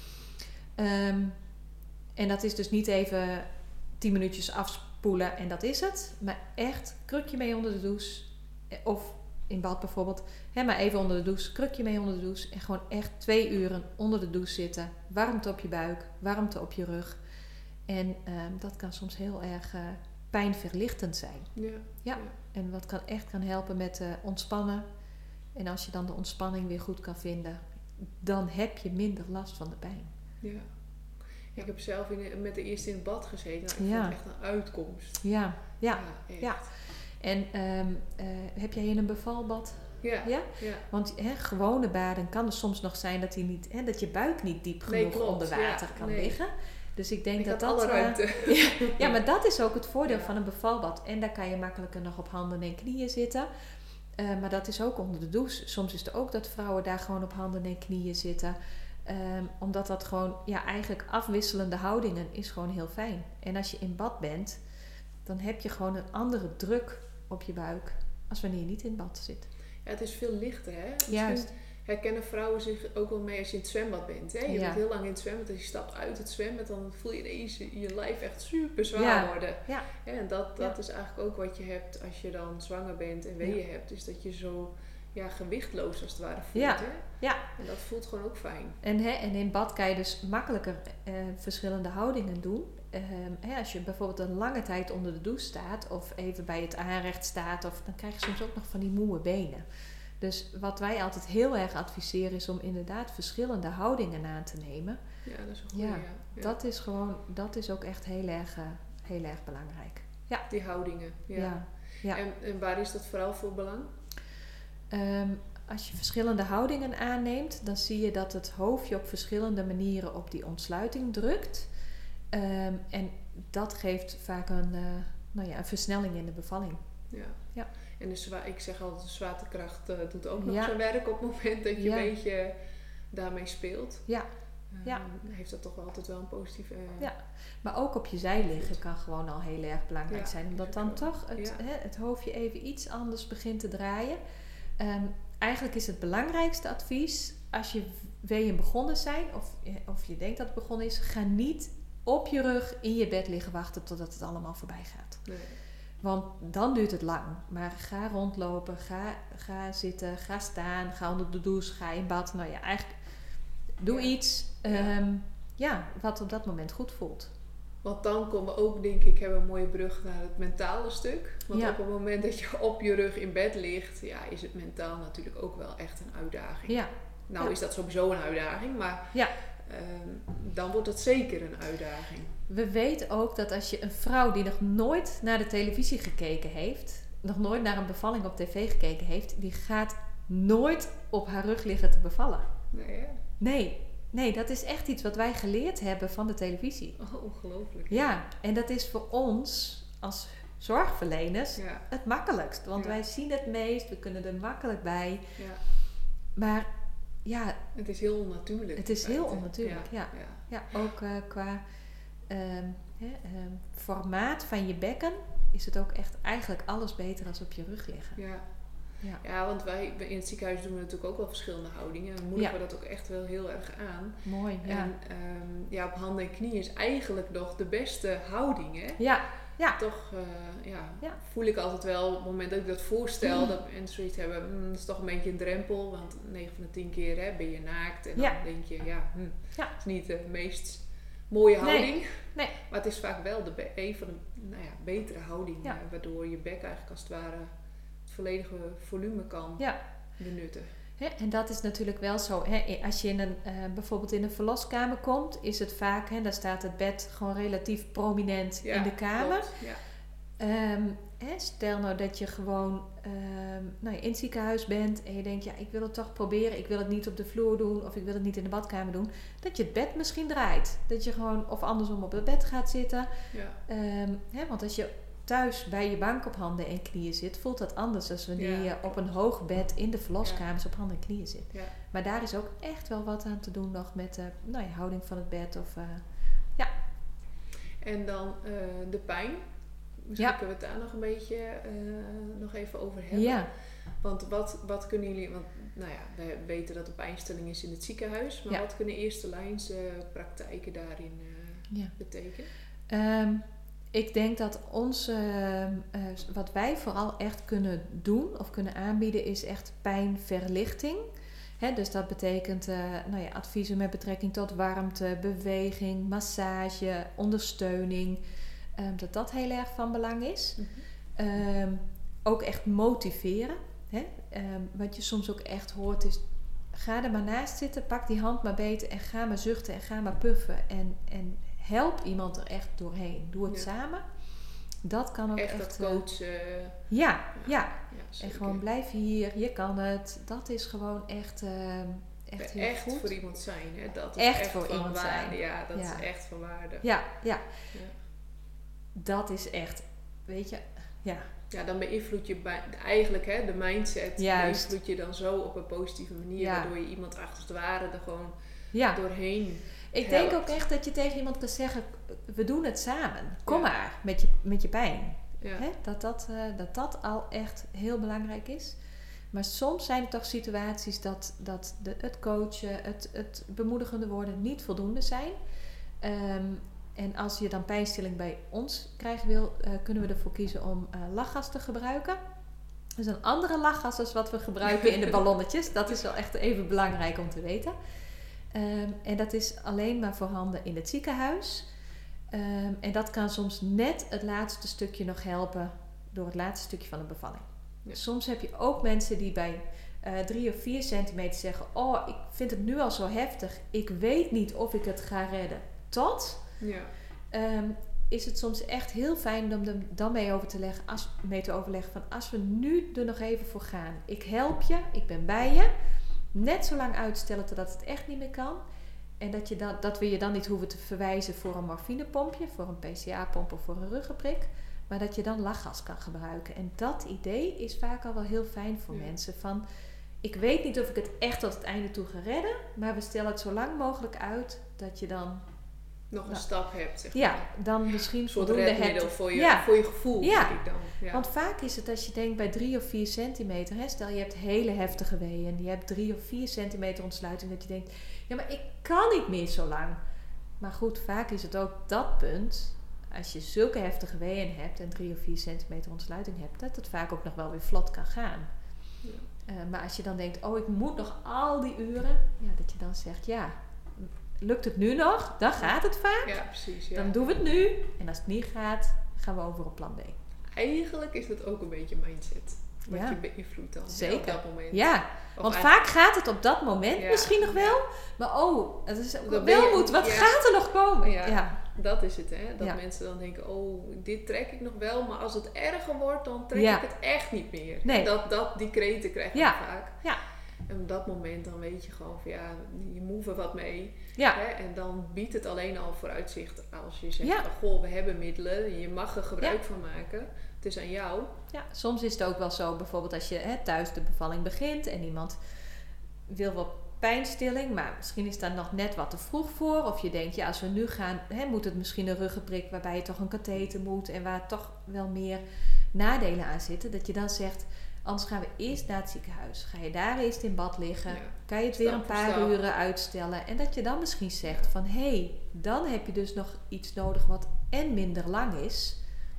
Speaker 2: En dat is dus niet even 10 minuutjes afspoelen en dat is het. Maar echt krukje mee onder de douche. Of in bad bijvoorbeeld. Maar even onder de douche. Krukje mee onder de douche. En gewoon echt 2 uren onder de douche zitten. Warmte op je buik. Warmte op je rug. En dat kan soms heel erg pijnverlichtend zijn. Ja. En wat kan helpen met ontspannen. En als je dan de ontspanning weer goed kan vinden. Dan heb je minder last van de pijn.
Speaker 3: Ja. Ik heb zelf met de eerste in het bad gezeten. Ik vond het echt een uitkomst.
Speaker 2: Ja. En heb jij in een bevalbad? Ja? Want gewone baden kan er soms nog zijn dat, dat je buik niet diep genoeg onder water kan liggen. Dus ik denk dat
Speaker 3: alle ruimte.
Speaker 2: Maar dat is ook het voordeel van een bevalbad. En daar kan je makkelijker nog op handen en knieën zitten. Maar dat is ook onder de douche. Soms is het ook dat vrouwen daar gewoon op handen en knieën zitten. Omdat dat gewoon, eigenlijk afwisselende houdingen is gewoon heel fijn. En als je in bad bent, dan heb je gewoon een andere druk op je buik als wanneer je niet in bad zit.
Speaker 3: Ja, het is veel lichter, hè?
Speaker 2: Juist.
Speaker 3: Herkennen vrouwen zich ook wel mee als je in het zwembad bent. Hè? Je bent heel lang in het zwembad. Als je stapt uit het zwembad, dan voel je ineens je lijf echt super zwaar worden. Ja. En dat is eigenlijk ook wat je hebt als je dan zwanger bent en weeën hebt. Is dat je zo gewichtloos als het ware voelt.
Speaker 2: Ja.
Speaker 3: Hè?
Speaker 2: Ja.
Speaker 3: En dat voelt gewoon ook fijn.
Speaker 2: En in bad kan je dus makkelijker verschillende houdingen doen. Als je bijvoorbeeld een lange tijd onder de douche staat of even bij het aanrecht staat, dan krijg je soms ook nog van die moe benen. Dus wat wij altijd heel erg adviseren is om inderdaad verschillende houdingen aan te nemen.
Speaker 3: Ja, dat is een goede.
Speaker 2: Ja. Dat is ook echt heel erg belangrijk. Ja.
Speaker 3: Die houdingen. Ja. En waar is dat vooral voor belang?
Speaker 2: Als je verschillende houdingen aanneemt, dan zie je dat het hoofdje op verschillende manieren op die ontsluiting drukt. En dat geeft vaak een versnelling in de bevalling. Ja.
Speaker 3: En ik zeg altijd, de zwaartekracht doet ook nog zijn werk op het moment dat je een beetje daarmee speelt. Heeft dat toch wel altijd wel een positieve...
Speaker 2: Maar ook op je zij liggen kan gewoon al heel erg belangrijk zijn. Omdat dan toch het hoofdje even iets anders begint te draaien. Eigenlijk is het belangrijkste advies, als je weeën begonnen zijn, of je denkt dat het begonnen is, ga niet op je rug in je bed liggen wachten totdat het allemaal voorbij gaat. Nee. Want dan duurt het lang. Maar ga rondlopen, ga zitten, ga staan, ga onder de douche, ga in bad. Nou ja, eigenlijk Doe iets wat op dat moment goed voelt.
Speaker 3: Want dan komen we ook, denk ik, hebben we een mooie brug naar het mentale stuk. Want op het moment dat je op je rug in bed ligt, is het mentaal natuurlijk ook wel echt een uitdaging.
Speaker 2: Ja.
Speaker 3: Nou is dat sowieso een uitdaging, maar dan wordt het zeker een uitdaging.
Speaker 2: We weten ook dat als je een vrouw die nog nooit naar de televisie gekeken heeft, nog nooit naar een bevalling op tv gekeken heeft, die gaat nooit op haar rug liggen te bevallen. Nee, dat is echt iets wat wij geleerd hebben van de televisie.
Speaker 3: Oh, ongelooflijk.
Speaker 2: Ja, en dat is voor ons als zorgverleners het makkelijkst. Want wij zien het meest, we kunnen er makkelijk bij. Ja. Maar
Speaker 3: het is heel onnatuurlijk.
Speaker 2: Het is heel onnatuurlijk, ja. Ook qua formaat van je bekken is het ook echt eigenlijk alles beter als op je rug liggen. Ja,
Speaker 3: want wij in het ziekenhuis doen we natuurlijk ook wel verschillende houdingen. En moedigen we dat ook echt wel heel erg aan.
Speaker 2: Mooi,
Speaker 3: En op handen en knieën is eigenlijk nog de beste houding, hè?
Speaker 2: Ja.
Speaker 3: Toch voel ik altijd wel op het moment dat ik dat voorstel, dat mensen zoiets hebben, dat is toch een beetje een drempel. Want 9 van de 10 keer ben je naakt. En dan denk je, het is niet de meest mooie houding. Nee. Maar het is vaak wel een van de betere houdingen. Waardoor je bek eigenlijk als het ware het volledige volume kan benutten.
Speaker 2: En dat is natuurlijk wel zo. Als je bijvoorbeeld in een verloskamer komt, is het vaak, daar staat het bed gewoon relatief prominent in de kamer.
Speaker 3: Klopt,
Speaker 2: stel nou dat je gewoon in het ziekenhuis bent en je denkt, ik wil het toch proberen, ik wil het niet op de vloer doen of ik wil het niet in de badkamer doen, dat je het bed misschien draait. Dat je gewoon of andersom op het bed gaat zitten. Want als je thuis bij je bank op handen en knieën zit, voelt dat anders dan wanneer je op een hoog bed in de verloskamers op handen en knieën zit. Ja. Maar daar is ook echt wel wat aan te doen nog met de houding van het bed.
Speaker 3: En dan de pijn. Misschien kunnen we het daar nog een beetje nog even over hebben.
Speaker 2: Ja.
Speaker 3: Want wat kunnen jullie... Want we weten dat er pijnstilling is in het ziekenhuis. Maar wat kunnen eerste lijns praktijken daarin betekenen?
Speaker 2: Ik denk dat wat wij vooral echt kunnen doen of kunnen aanbieden is echt pijnverlichting. Dus dat betekent adviezen met betrekking tot warmte, beweging, massage, ondersteuning. Dat heel erg van belang is. Ook echt motiveren. Wat je soms ook echt hoort is, ga er maar naast zitten, pak die hand maar beter en ga maar zuchten en ga maar puffen. En help iemand er echt doorheen. Doe het samen. Dat kan ook echt...
Speaker 3: dat coachen.
Speaker 2: En gewoon blijf hier. Je kan het. Dat is gewoon echt heel
Speaker 3: echt
Speaker 2: goed.
Speaker 3: Voor iemand zijn. Hè? Dat is
Speaker 2: echt voor iemand
Speaker 3: waarde.
Speaker 2: zijn.
Speaker 3: Ja, dat is echt van waarde.
Speaker 2: Ja. Dat is echt... Weet je...
Speaker 3: Ja, dan beïnvloed je eigenlijk de mindset.
Speaker 2: Juist.
Speaker 3: Beïnvloed je dan zo op een positieve manier. Waardoor je iemand achter het ware er gewoon doorheen...
Speaker 2: Ik denk ook echt dat je tegen iemand kan zeggen, we doen het samen. Kom maar met je pijn.
Speaker 3: Ja.
Speaker 2: Dat al echt heel belangrijk is. Maar soms zijn er toch situaties dat het coachen, het bemoedigende woorden niet voldoende zijn. En als je dan pijnstilling bij ons krijgen wil, kunnen we ervoor kiezen om lachgas te gebruiken. Dus een andere lachgas als wat we gebruiken in de ballonnetjes. Dat is wel echt even belangrijk om te weten. En dat is alleen maar voorhanden in het ziekenhuis. En dat kan soms net het laatste stukje nog helpen door het laatste stukje van de bevalling. Ja. Soms heb je ook mensen die bij 3 of 4 centimeter zeggen, oh, ik vind het nu al zo heftig. Ik weet niet of ik het ga redden. Is het soms echt heel fijn om er dan mee te overleggen van, als we nu er nog even voor gaan. Ik help je, ik ben bij je. Net zo lang uitstellen totdat het echt niet meer kan. En dat we je dan niet hoeven te verwijzen voor een morfinepompje, voor een PCA-pomp of voor een ruggenprik. Maar dat je dan lachgas kan gebruiken. En dat idee is vaak al wel heel fijn voor mensen. Van, ik weet niet of ik het echt tot het einde toe ga redden. Maar we stellen het zo lang mogelijk uit dat je dan...
Speaker 3: nog een stap hebt, zeg
Speaker 2: maar. Dan misschien voldoende
Speaker 3: redmiddel voor je gevoel.
Speaker 2: Ja.
Speaker 3: Denk ik dan.
Speaker 2: Want vaak is het als je denkt bij 3 of 4 centimeter. Stel je hebt hele heftige weeën. En je hebt 3 of 4 centimeter ontsluiting. Dat je denkt, ja, maar ik kan niet meer zo lang. Maar goed, vaak is het ook dat punt. Als je zulke heftige weeën hebt en 3 of 4 centimeter ontsluiting hebt. Dat het vaak ook nog wel weer vlot kan gaan. Ja. Maar als je dan denkt, oh, ik moet nog al die uren. Ja, dat je dan zegt, lukt het nu nog? Dan gaat het vaak.
Speaker 3: Ja, precies. Ja.
Speaker 2: Dan doen we het nu. En als het niet gaat, gaan we over op plan B.
Speaker 3: Eigenlijk is dat ook een beetje mindset. Wat je beïnvloedt dan.
Speaker 2: Zeker.
Speaker 3: Op dat moment.
Speaker 2: Ja, want vaak gaat het op dat moment misschien nog wel. Maar het is wel moet. Wat gaat er nog komen?
Speaker 3: Ja. Dat is het, hè. Dat mensen dan denken, dit trek ik nog wel. Maar als het erger wordt, dan trek ik het echt niet meer.
Speaker 2: Nee.
Speaker 3: Die kreten krijg je vaak.
Speaker 2: Ja.
Speaker 3: En op dat moment dan weet je gewoon van je move er wat mee.
Speaker 2: Ja.
Speaker 3: Hè? En dan biedt het alleen al vooruitzicht als je zegt, we hebben middelen. Je mag er gebruik van maken. Het is aan jou.
Speaker 2: Ja, soms is het ook wel zo, bijvoorbeeld als je thuis de bevalling begint en iemand wil wat pijnstilling, maar misschien is daar nog net wat te vroeg voor. Of je denkt, als we nu gaan, moet het misschien een ruggenprik waarbij je toch een katheter moet en waar toch wel meer nadelen aan zitten. Dat je dan zegt, anders gaan we eerst naar het ziekenhuis. Ga je daar eerst in bad liggen, kan je het weer een paar uren uitstellen. En dat je dan misschien zegt van, dan heb je dus nog iets nodig wat en minder lang is.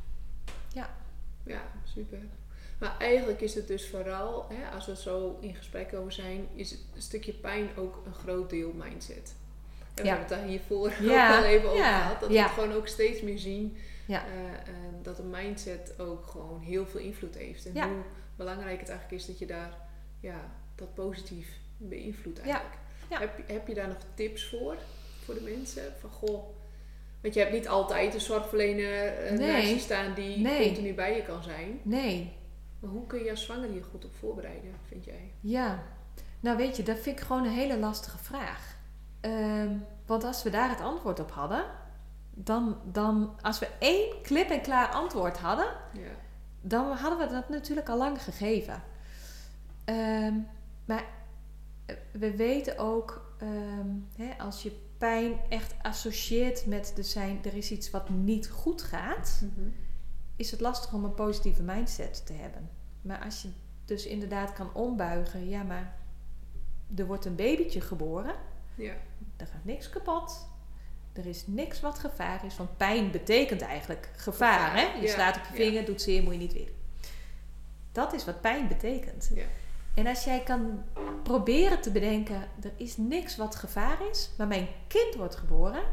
Speaker 3: Ja, super. Maar eigenlijk is het dus vooral, als we zo in gesprek over zijn, is een stukje pijn ook een groot deel mindset. En we hebben het daar hiervoor ook al even over gehad. Dat we het gewoon ook steeds meer zien. Dat een mindset ook gewoon heel veel invloed heeft. En hoe belangrijk het eigenlijk is dat je daar dat positief beïnvloedt eigenlijk. Heb je daar nog tips voor de mensen? Van want je hebt niet altijd een zorgverlener naast je staan die continu bij je kan zijn. Nee. Maar hoe kun je als zwanger hier goed op voorbereiden, vind jij?
Speaker 2: Ja, nou weet je, dat vind ik gewoon een hele lastige vraag. Want als we daar het antwoord op hadden, dan als we 1 klip-en-klaar antwoord hadden, dan hadden we dat natuurlijk al lang gegeven. Maar we weten ook, als je pijn echt associeert met er is iets wat niet goed gaat, is het lastig om een positieve mindset te hebben. Maar als je dus inderdaad kan ombuigen, maar er wordt een babytje geboren, er gaat niks kapot, er is niks wat gevaar is, want pijn betekent eigenlijk gevaar. Hè? Je slaat op je vinger, doet zeer, moet je niet willen. Dat is wat pijn betekent. Ja. En als jij kan proberen te bedenken, er is niks wat gevaar is, maar mijn kind wordt geboren.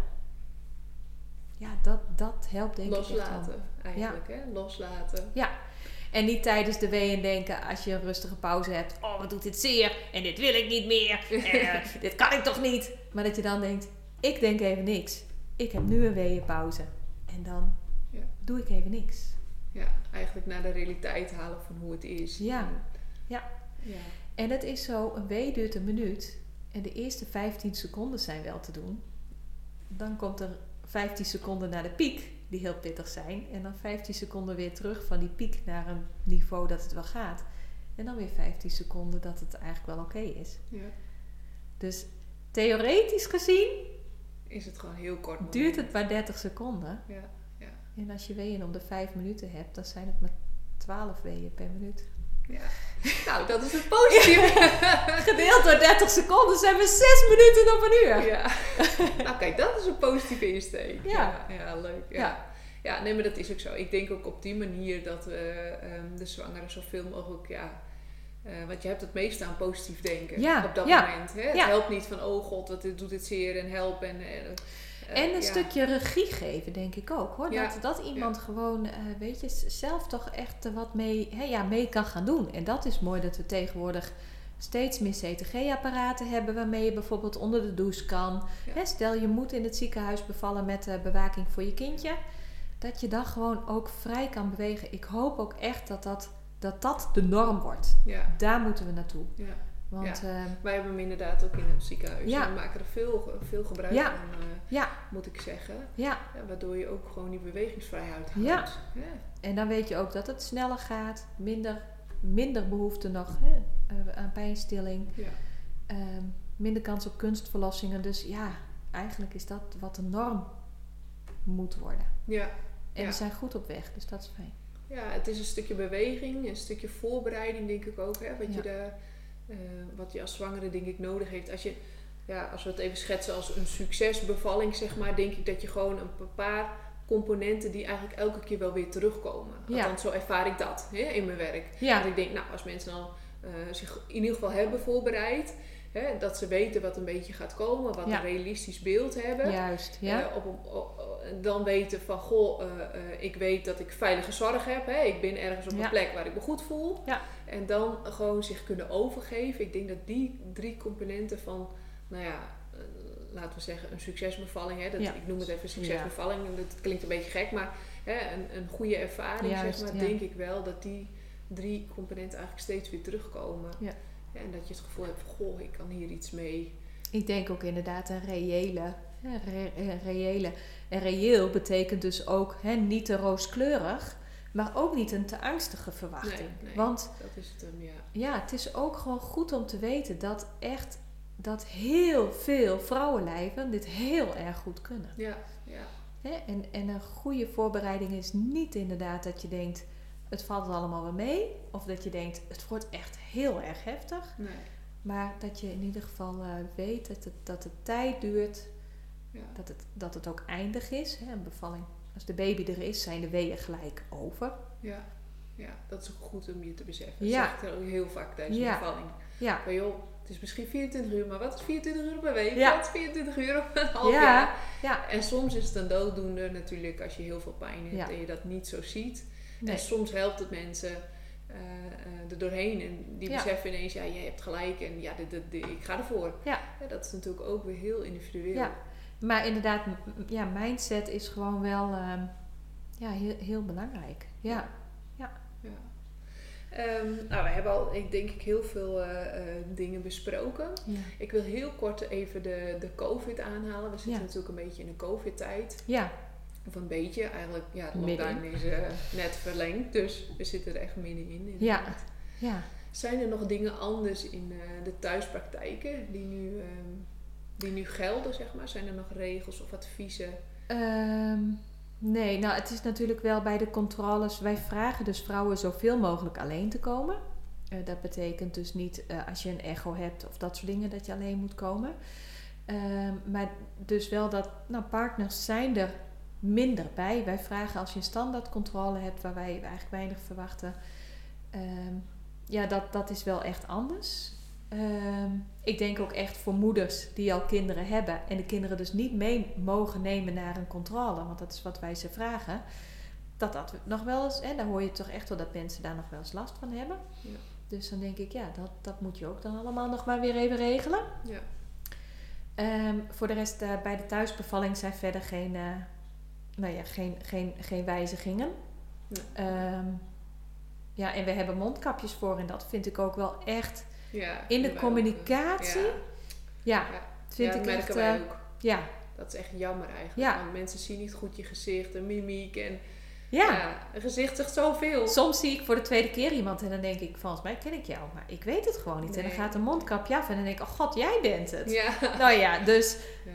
Speaker 2: Ja, dat helpt denk ik echt wel.
Speaker 3: Loslaten eigenlijk, hè? Loslaten.
Speaker 2: Ja. En niet tijdens de ween denken, als je een rustige pauze hebt, wat doet dit zeer en dit wil ik niet meer. Dit kan ik toch niet. Maar dat je dan denkt, ik denk even niks. Ik heb nu een weeënpauze. En dan doe ik even niks.
Speaker 3: Ja, eigenlijk naar de realiteit halen van hoe het is.
Speaker 2: Ja. En het is zo, een wee duurt een minuut. En de eerste 15 seconden zijn wel te doen. Dan komt er 15 seconden naar de piek, die heel pittig zijn. En dan 15 seconden weer terug van die piek naar een niveau dat het wel gaat. En dan weer 15 seconden dat het eigenlijk wel oké is. Ja. Dus theoretisch gezien
Speaker 3: is het gewoon heel kort moment.
Speaker 2: Duurt het maar 30 seconden.
Speaker 3: Ja.
Speaker 2: En als je weeën om de 5 minuten hebt, dan zijn het maar 12 weeën per minuut.
Speaker 3: Ja. Nou, dat is het positieve.
Speaker 2: Gedeeld door 30 seconden zijn we 6 minuten op een uur.
Speaker 3: Ja. Nou kijk, dat is een positieve insteek. Ja, leuk. Ja, nee, maar dat is ook zo. Ik denk ook op die manier dat we de zwangeren zoveel mogelijk, want je hebt het meest aan positief denken op dat moment. Hè? Het helpt niet van, oh god, wat doet dit zeer en help.
Speaker 2: En een stukje regie geven, denk ik ook, hoor. Dat iemand gewoon, zelf toch echt wat mee kan gaan doen. En dat is mooi dat we tegenwoordig steeds meer CTG-apparaten hebben, waarmee je bijvoorbeeld onder de douche kan. Ja. Stel, je moet in het ziekenhuis bevallen met bewaking voor je kindje. Dat je dan gewoon ook vrij kan bewegen. Ik hoop ook echt dat de norm wordt. Ja. Daar moeten we naartoe. Ja. Want,
Speaker 3: wij hebben hem inderdaad ook in het ziekenhuis. Ja. We maken er veel gebruik van, moet ik zeggen. Ja. Waardoor je ook gewoon die bewegingsvrijheid houdt.
Speaker 2: Ja. En dan weet je ook dat het sneller gaat. Minder behoefte nog aan pijnstilling. Ja. Minder kans op kunstverlossingen. Dus eigenlijk is dat wat de norm moet worden. Ja. En we zijn goed op weg, dus dat is fijn.
Speaker 3: Ja, het is een stukje beweging, een stukje voorbereiding denk ik ook. Hè, wat je als zwangere denk ik nodig heeft. Als we het even schetsen als een succesbevalling, zeg maar, denk ik dat je gewoon een paar componenten die eigenlijk elke keer wel weer terugkomen. Althans, zo ervaar ik dat in mijn werk. Ja. Dat ik denk, als mensen dan zich in ieder geval hebben voorbereid, dat ze weten wat een beetje gaat komen, wat een realistisch beeld hebben.
Speaker 2: Juist, ja.
Speaker 3: Dan weten van, ik weet dat ik veilige zorg heb. Hè? Ik ben ergens op een plek waar ik me goed voel. Ja. En dan gewoon zich kunnen overgeven. Ik denk dat die 3 componenten van, laten we zeggen, een succesbevalling. Hè? Ik noem het even succesbevalling. Dat klinkt een beetje gek, maar een goede ervaring, denk ik wel dat die 3 componenten eigenlijk steeds weer terugkomen. Ja. En dat je het gevoel hebt van, ik kan hier iets mee.
Speaker 2: Ik denk ook inderdaad een reële. En reëel betekent dus ook niet te rooskleurig, maar ook niet een te angstige verwachting.
Speaker 3: Nee,
Speaker 2: want
Speaker 3: dat is het hem,
Speaker 2: ja, het is ook gewoon goed om te weten dat heel veel vrouwenlijven dit heel erg goed kunnen.
Speaker 3: Ja.
Speaker 2: En een goede voorbereiding is niet inderdaad dat je denkt, het valt allemaal wel mee. Of dat je denkt, het wordt echt heel erg heftig.
Speaker 3: Nee.
Speaker 2: Maar dat je in ieder geval weet dat het tijd duurt. Ja. Dat het ook eindig is. Een bevalling. Als de baby er is, zijn de weeën gelijk over.
Speaker 3: Ja, dat is ook goed om je te beseffen. Dat zeg ik ook heel vaak tijdens een bevalling. Ja. Maar joh, het is misschien 24 uur, maar wat is 24 uur per week? Wat is 24 uur op een half jaar? Ja. En soms is het een dooddoener natuurlijk als je heel veel pijn hebt en je dat niet zo ziet. Nee. En soms helpt het mensen er doorheen en die beseffen ineens, jij hebt gelijk en ik ga ervoor. Ja. Dat is natuurlijk ook weer heel individueel. Ja.
Speaker 2: Maar inderdaad, mindset is gewoon wel heel, heel belangrijk. Ja.
Speaker 3: We hebben al, denk ik, heel veel dingen besproken. Ja. Ik wil heel kort even de COVID aanhalen. We zitten natuurlijk een beetje in de COVID-tijd. Ja. Of een beetje, eigenlijk, de lockdown is net verlengd, dus we zitten er echt middenin. Ja. Zijn er nog dingen anders in de thuispraktijken die nu gelden, zeg maar? Zijn er nog regels of adviezen?
Speaker 2: Nee, het is natuurlijk wel bij de controles. Wij vragen dus vrouwen zoveel mogelijk alleen te komen. Dat betekent dus niet als je een echo hebt of dat soort dingen dat je alleen moet komen. Maar dus wel dat partners zijn er minder bij. Wij vragen als je een standaardcontrole hebt waar wij eigenlijk weinig verwachten. Dat is wel echt anders. Ik denk ook echt voor moeders die al kinderen hebben en de kinderen dus niet mee mogen nemen naar een controle, want dat is wat wij ze vragen, dat nog wel eens, daar hoor je toch echt wel dat mensen daar nog wel eens last van hebben. Ja. Dus dan denk ik, dat moet je ook dan allemaal nog maar weer even regelen. Ja. Voor de rest, bij de thuisbevalling zijn verder geen wijzigingen. Ja. En we hebben mondkapjes voor en dat vind ik ook wel echt in de communicatie. Vind ik
Speaker 3: merken
Speaker 2: echt.
Speaker 3: Wij ook. Ja. Dat is echt jammer eigenlijk. Want mensen zien niet goed je gezicht en mimiek en een gezicht zegt zoveel.
Speaker 2: Soms zie ik voor de tweede keer iemand en dan denk ik, volgens mij ken ik jou, maar ik weet het gewoon niet. Nee. En dan gaat een mondkapje af en dan denk ik, oh god, jij bent het. Ja. Dus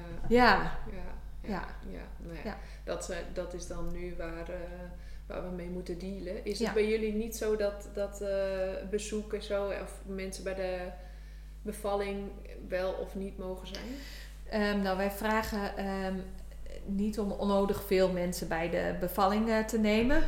Speaker 3: dat is dan nu waar we mee moeten dealen. Is het bij jullie niet zo dat bezoeken zo of mensen bij de bevalling wel of niet mogen zijn?
Speaker 2: Wij vragen niet om onnodig veel mensen bij de bevalling te nemen.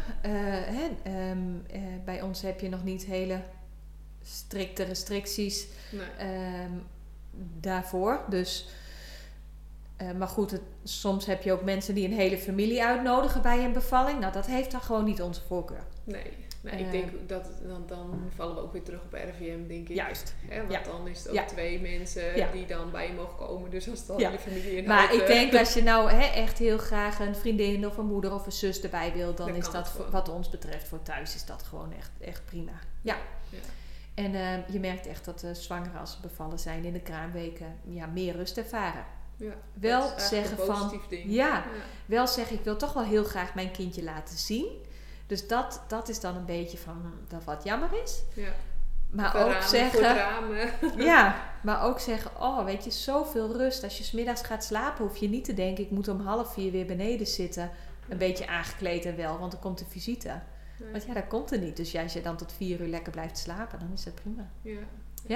Speaker 2: Bij ons heb je nog niet hele strikte restricties daarvoor. Dus, maar goed, soms heb je ook mensen die een hele familie uitnodigen bij een bevalling. Dat heeft dan gewoon niet onze voorkeur.
Speaker 3: Nee, ik denk dat dan vallen we ook weer terug op RIVM, denk ik.
Speaker 2: Juist.
Speaker 3: Want dan is het ook 2 mensen die dan bij je mogen komen. Dus als het al hele familie inhoudt.
Speaker 2: Maar ik denk als je nou echt heel graag een vriendin of een moeder of een zus erbij wil, dan is dat wat ons betreft voor thuis is dat gewoon echt prima. Ja. En je merkt echt dat zwangeren als ze bevallen zijn in de kraamweken meer rust ervaren. Ja, wel zeggen van wel zeggen ik wil toch wel heel graag mijn kindje laten zien. Dus dat is dan een beetje van dat wat jammer is. Ja. Maar ook zeggen maar ook zeggen, weet je, zoveel rust. Als je 's middags gaat slapen, hoef je niet te denken, ik moet om 3:30 weer beneden zitten, een beetje aangekleed en wel, want er komt een visite. Nee. Want dat komt er niet. Dus als je dan tot 4 uur lekker blijft slapen, dan is dat prima.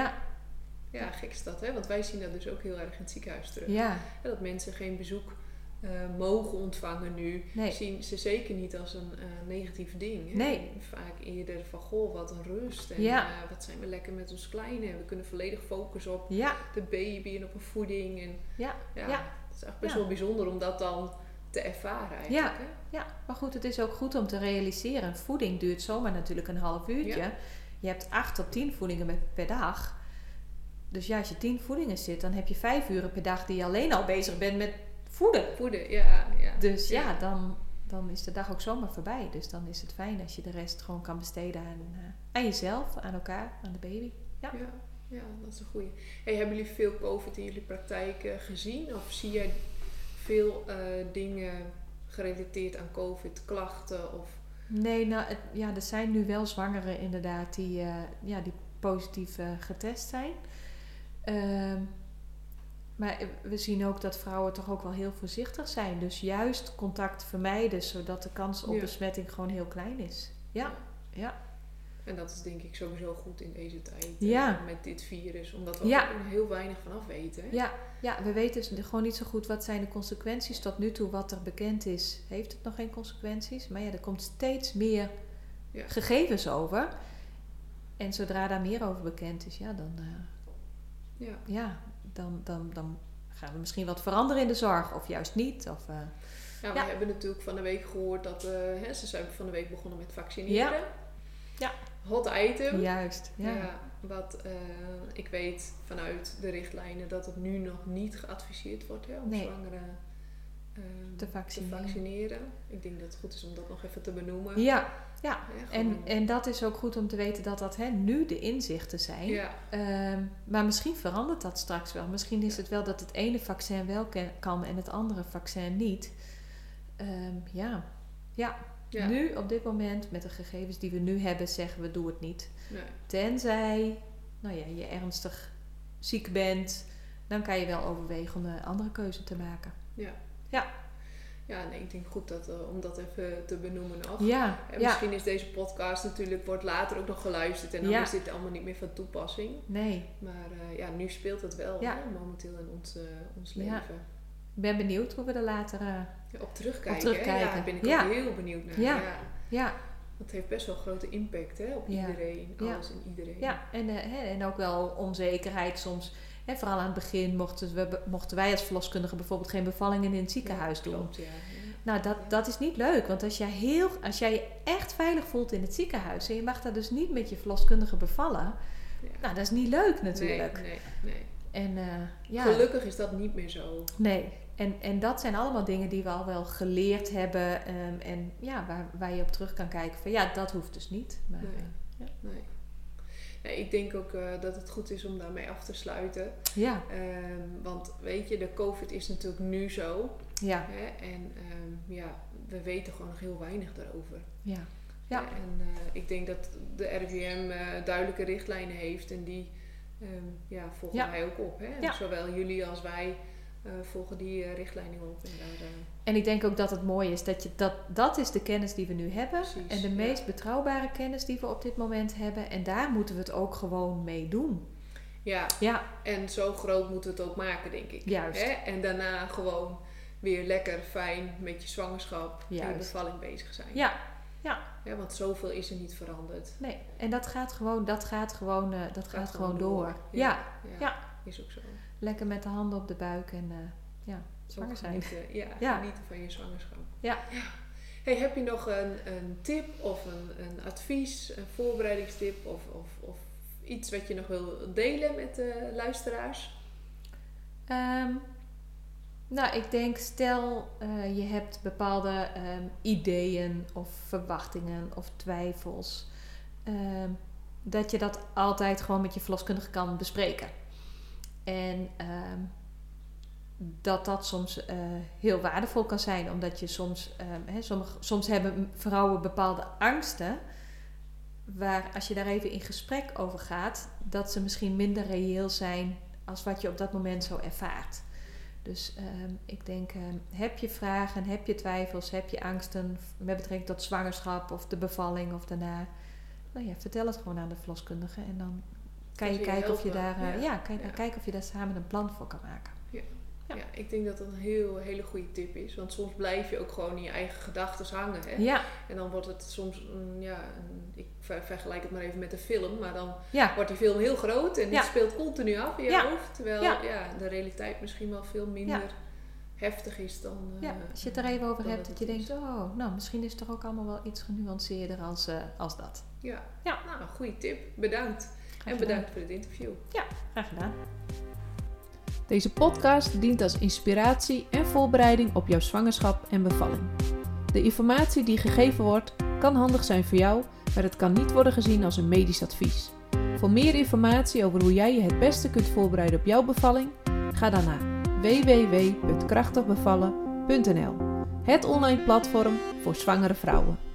Speaker 3: Ja, gek is dat, hè? Want wij zien dat dus ook heel erg in het ziekenhuis terug. Ja. Dat mensen geen bezoek mogen ontvangen nu,
Speaker 2: Nee.
Speaker 3: zien ze zeker niet als een negatief ding. Hè?
Speaker 2: Nee.
Speaker 3: Vaak eerder van, goh, wat een rust. En wat zijn we lekker met ons kleine. We kunnen volledig focussen op de baby en op een voeding. En het is echt best wel bijzonder om dat dan te ervaren eigenlijk.
Speaker 2: Ja, maar goed, het is ook goed om te realiseren. Voeding duurt zomaar natuurlijk een half uurtje. Ja. Je hebt 8 tot 10 voedingen per dag. Dus ja, als je 10 voedingen zit, dan heb je 5 uren per dag die je alleen al bezig bent met voeden.
Speaker 3: Ja.
Speaker 2: Dus dan is de dag ook zomaar voorbij. Dus dan is het fijn als je de rest gewoon kan besteden aan jezelf, aan elkaar, aan de baby. Ja,
Speaker 3: dat is een goeie. Hey, hebben jullie veel COVID in jullie praktijk gezien? Of zie jij veel dingen gerelateerd aan COVID, klachten? Of...
Speaker 2: Nee, er zijn nu wel zwangeren inderdaad die positief getest zijn. Maar we zien ook dat vrouwen toch ook wel heel voorzichtig zijn. Dus juist contact vermijden, zodat de kans op besmetting gewoon heel klein is. Ja.
Speaker 3: En dat is denk ik sowieso goed in deze tijd. Met dit virus. Omdat we er heel weinig vanaf weten. Hè?
Speaker 2: Ja, we weten gewoon niet zo goed wat zijn de consequenties. Tot nu toe wat er bekend is, heeft het nog geen consequenties. Maar er komt steeds meer gegevens over. En zodra daar meer over bekend is, dan gaan we misschien wat veranderen in de zorg. Of juist niet. Of,
Speaker 3: we hebben natuurlijk van de week gehoord dat ze zijn van de week begonnen met vaccineren. Ja. Hot item.
Speaker 2: Juist.
Speaker 3: Wat ik weet vanuit de richtlijnen dat het nu nog niet geadviseerd wordt om zwangeren te vaccineren. Ik denk dat het goed is om dat nog even te benoemen.
Speaker 2: Ja. En dat is ook goed om te weten dat nu de inzichten zijn. Ja. Maar misschien verandert dat straks wel. Misschien is het wel dat het ene vaccin wel kan en het andere vaccin niet. Nu op dit moment met de gegevens die we nu hebben zeggen we doe het niet. Nee. Tenzij je ernstig ziek bent, dan kan je wel overwegen om een andere keuze te maken.
Speaker 3: Ja, ik denk goed om dat even te benoemen nog. En misschien is deze podcast wordt later ook nog geluisterd en dan is dit allemaal niet meer van toepassing.
Speaker 2: Nee.
Speaker 3: Maar nu speelt het wel momenteel in ons leven.
Speaker 2: Ik ben benieuwd hoe we er later
Speaker 3: op terugkijken. Daar ben ik ook heel benieuwd naar. Ja. Dat heeft best wel grote impact op iedereen, alles en iedereen. Ja,
Speaker 2: en ook wel onzekerheid soms. Vooral aan het begin mochten wij als verloskundige bijvoorbeeld geen bevallingen in het ziekenhuis doen.
Speaker 3: Klopt,
Speaker 2: Nou, dat is niet leuk. Want als jij je echt veilig voelt in het ziekenhuis en je mag daar dus niet met je verloskundige bevallen. Nou, dat is niet leuk natuurlijk.
Speaker 3: Nee.
Speaker 2: En,
Speaker 3: gelukkig is dat niet meer zo.
Speaker 2: Nee. En dat zijn allemaal dingen die we al wel geleerd hebben. Waar je op terug kan kijken van dat hoeft dus niet. Maar,
Speaker 3: nee. Ja, ik denk ook dat het goed is om daarmee af te sluiten.
Speaker 2: Ja.
Speaker 3: Want weet je, de COVID is natuurlijk nu zo.
Speaker 2: Ja.
Speaker 3: En we weten gewoon nog heel weinig daarover.
Speaker 2: Ja.
Speaker 3: En ik denk dat de RIVM duidelijke richtlijnen heeft. En die volgen wij ook op. Hè? Zowel jullie als wij volgen die richtlijnen op.
Speaker 2: En ik denk ook dat het mooi is dat is de kennis die we nu hebben.
Speaker 3: Precies,
Speaker 2: en de meest betrouwbare kennis die we op dit moment hebben. En daar moeten we het ook gewoon mee doen.
Speaker 3: Ja. En zo groot moeten we het ook maken, denk ik.
Speaker 2: Juist.
Speaker 3: Hè? En daarna gewoon weer lekker fijn met je zwangerschap en je bevalling bezig zijn.
Speaker 2: Ja.
Speaker 3: Want zoveel is er niet veranderd.
Speaker 2: Nee, en dat gaat gewoon door. Ja.
Speaker 3: Is ook zo.
Speaker 2: Lekker met de handen op de buik en zwanger zijn.
Speaker 3: Genieten van je zwangerschap.
Speaker 2: Ja.
Speaker 3: Hey, heb je nog een tip of een advies, een voorbereidingstip of iets wat je nog wil delen met de luisteraars?
Speaker 2: Ik denk, stel je hebt bepaalde ideeën of verwachtingen of twijfels. Dat je dat altijd gewoon met je verloskundige kan bespreken. En dat soms heel waardevol kan zijn. Omdat je soms hebben vrouwen bepaalde angsten. Waar als je daar even in gesprek over gaat, dat ze misschien minder reëel zijn als wat je op dat moment zo ervaart. Dus ik denk, heb je vragen, heb je twijfels, heb je angsten met betrekking tot zwangerschap of de bevalling of daarna. Vertel het gewoon aan de verloskundige en dan kan je kijken of je daar kijken of je daar samen een plan voor kan maken.
Speaker 3: Ja, ik denk dat dat een hele goede tip is. Want soms blijf je ook gewoon in je eigen gedachten hangen. Hè?
Speaker 2: Ja.
Speaker 3: En dan wordt het soms, ik vergelijk het maar even met een film. Maar dan
Speaker 2: Ja.
Speaker 3: wordt die film heel groot en het speelt continu af in je hoofd. Terwijl de realiteit misschien wel veel minder heftig is dan...
Speaker 2: als je het er even over hebt, dat je denkt, misschien is het toch ook allemaal wel iets genuanceerder als dat.
Speaker 3: Ja. Nou, een goede tip. Bedankt. En bedankt voor het interview.
Speaker 2: Ja, graag gedaan.
Speaker 1: Deze podcast dient als inspiratie en voorbereiding op jouw zwangerschap en bevalling. De informatie die gegeven wordt kan handig zijn voor jou, maar het kan niet worden gezien als een medisch advies. Voor meer informatie over hoe jij je het beste kunt voorbereiden op jouw bevalling, ga dan naar www.krachtigbevallen.nl, het online platform voor zwangere vrouwen.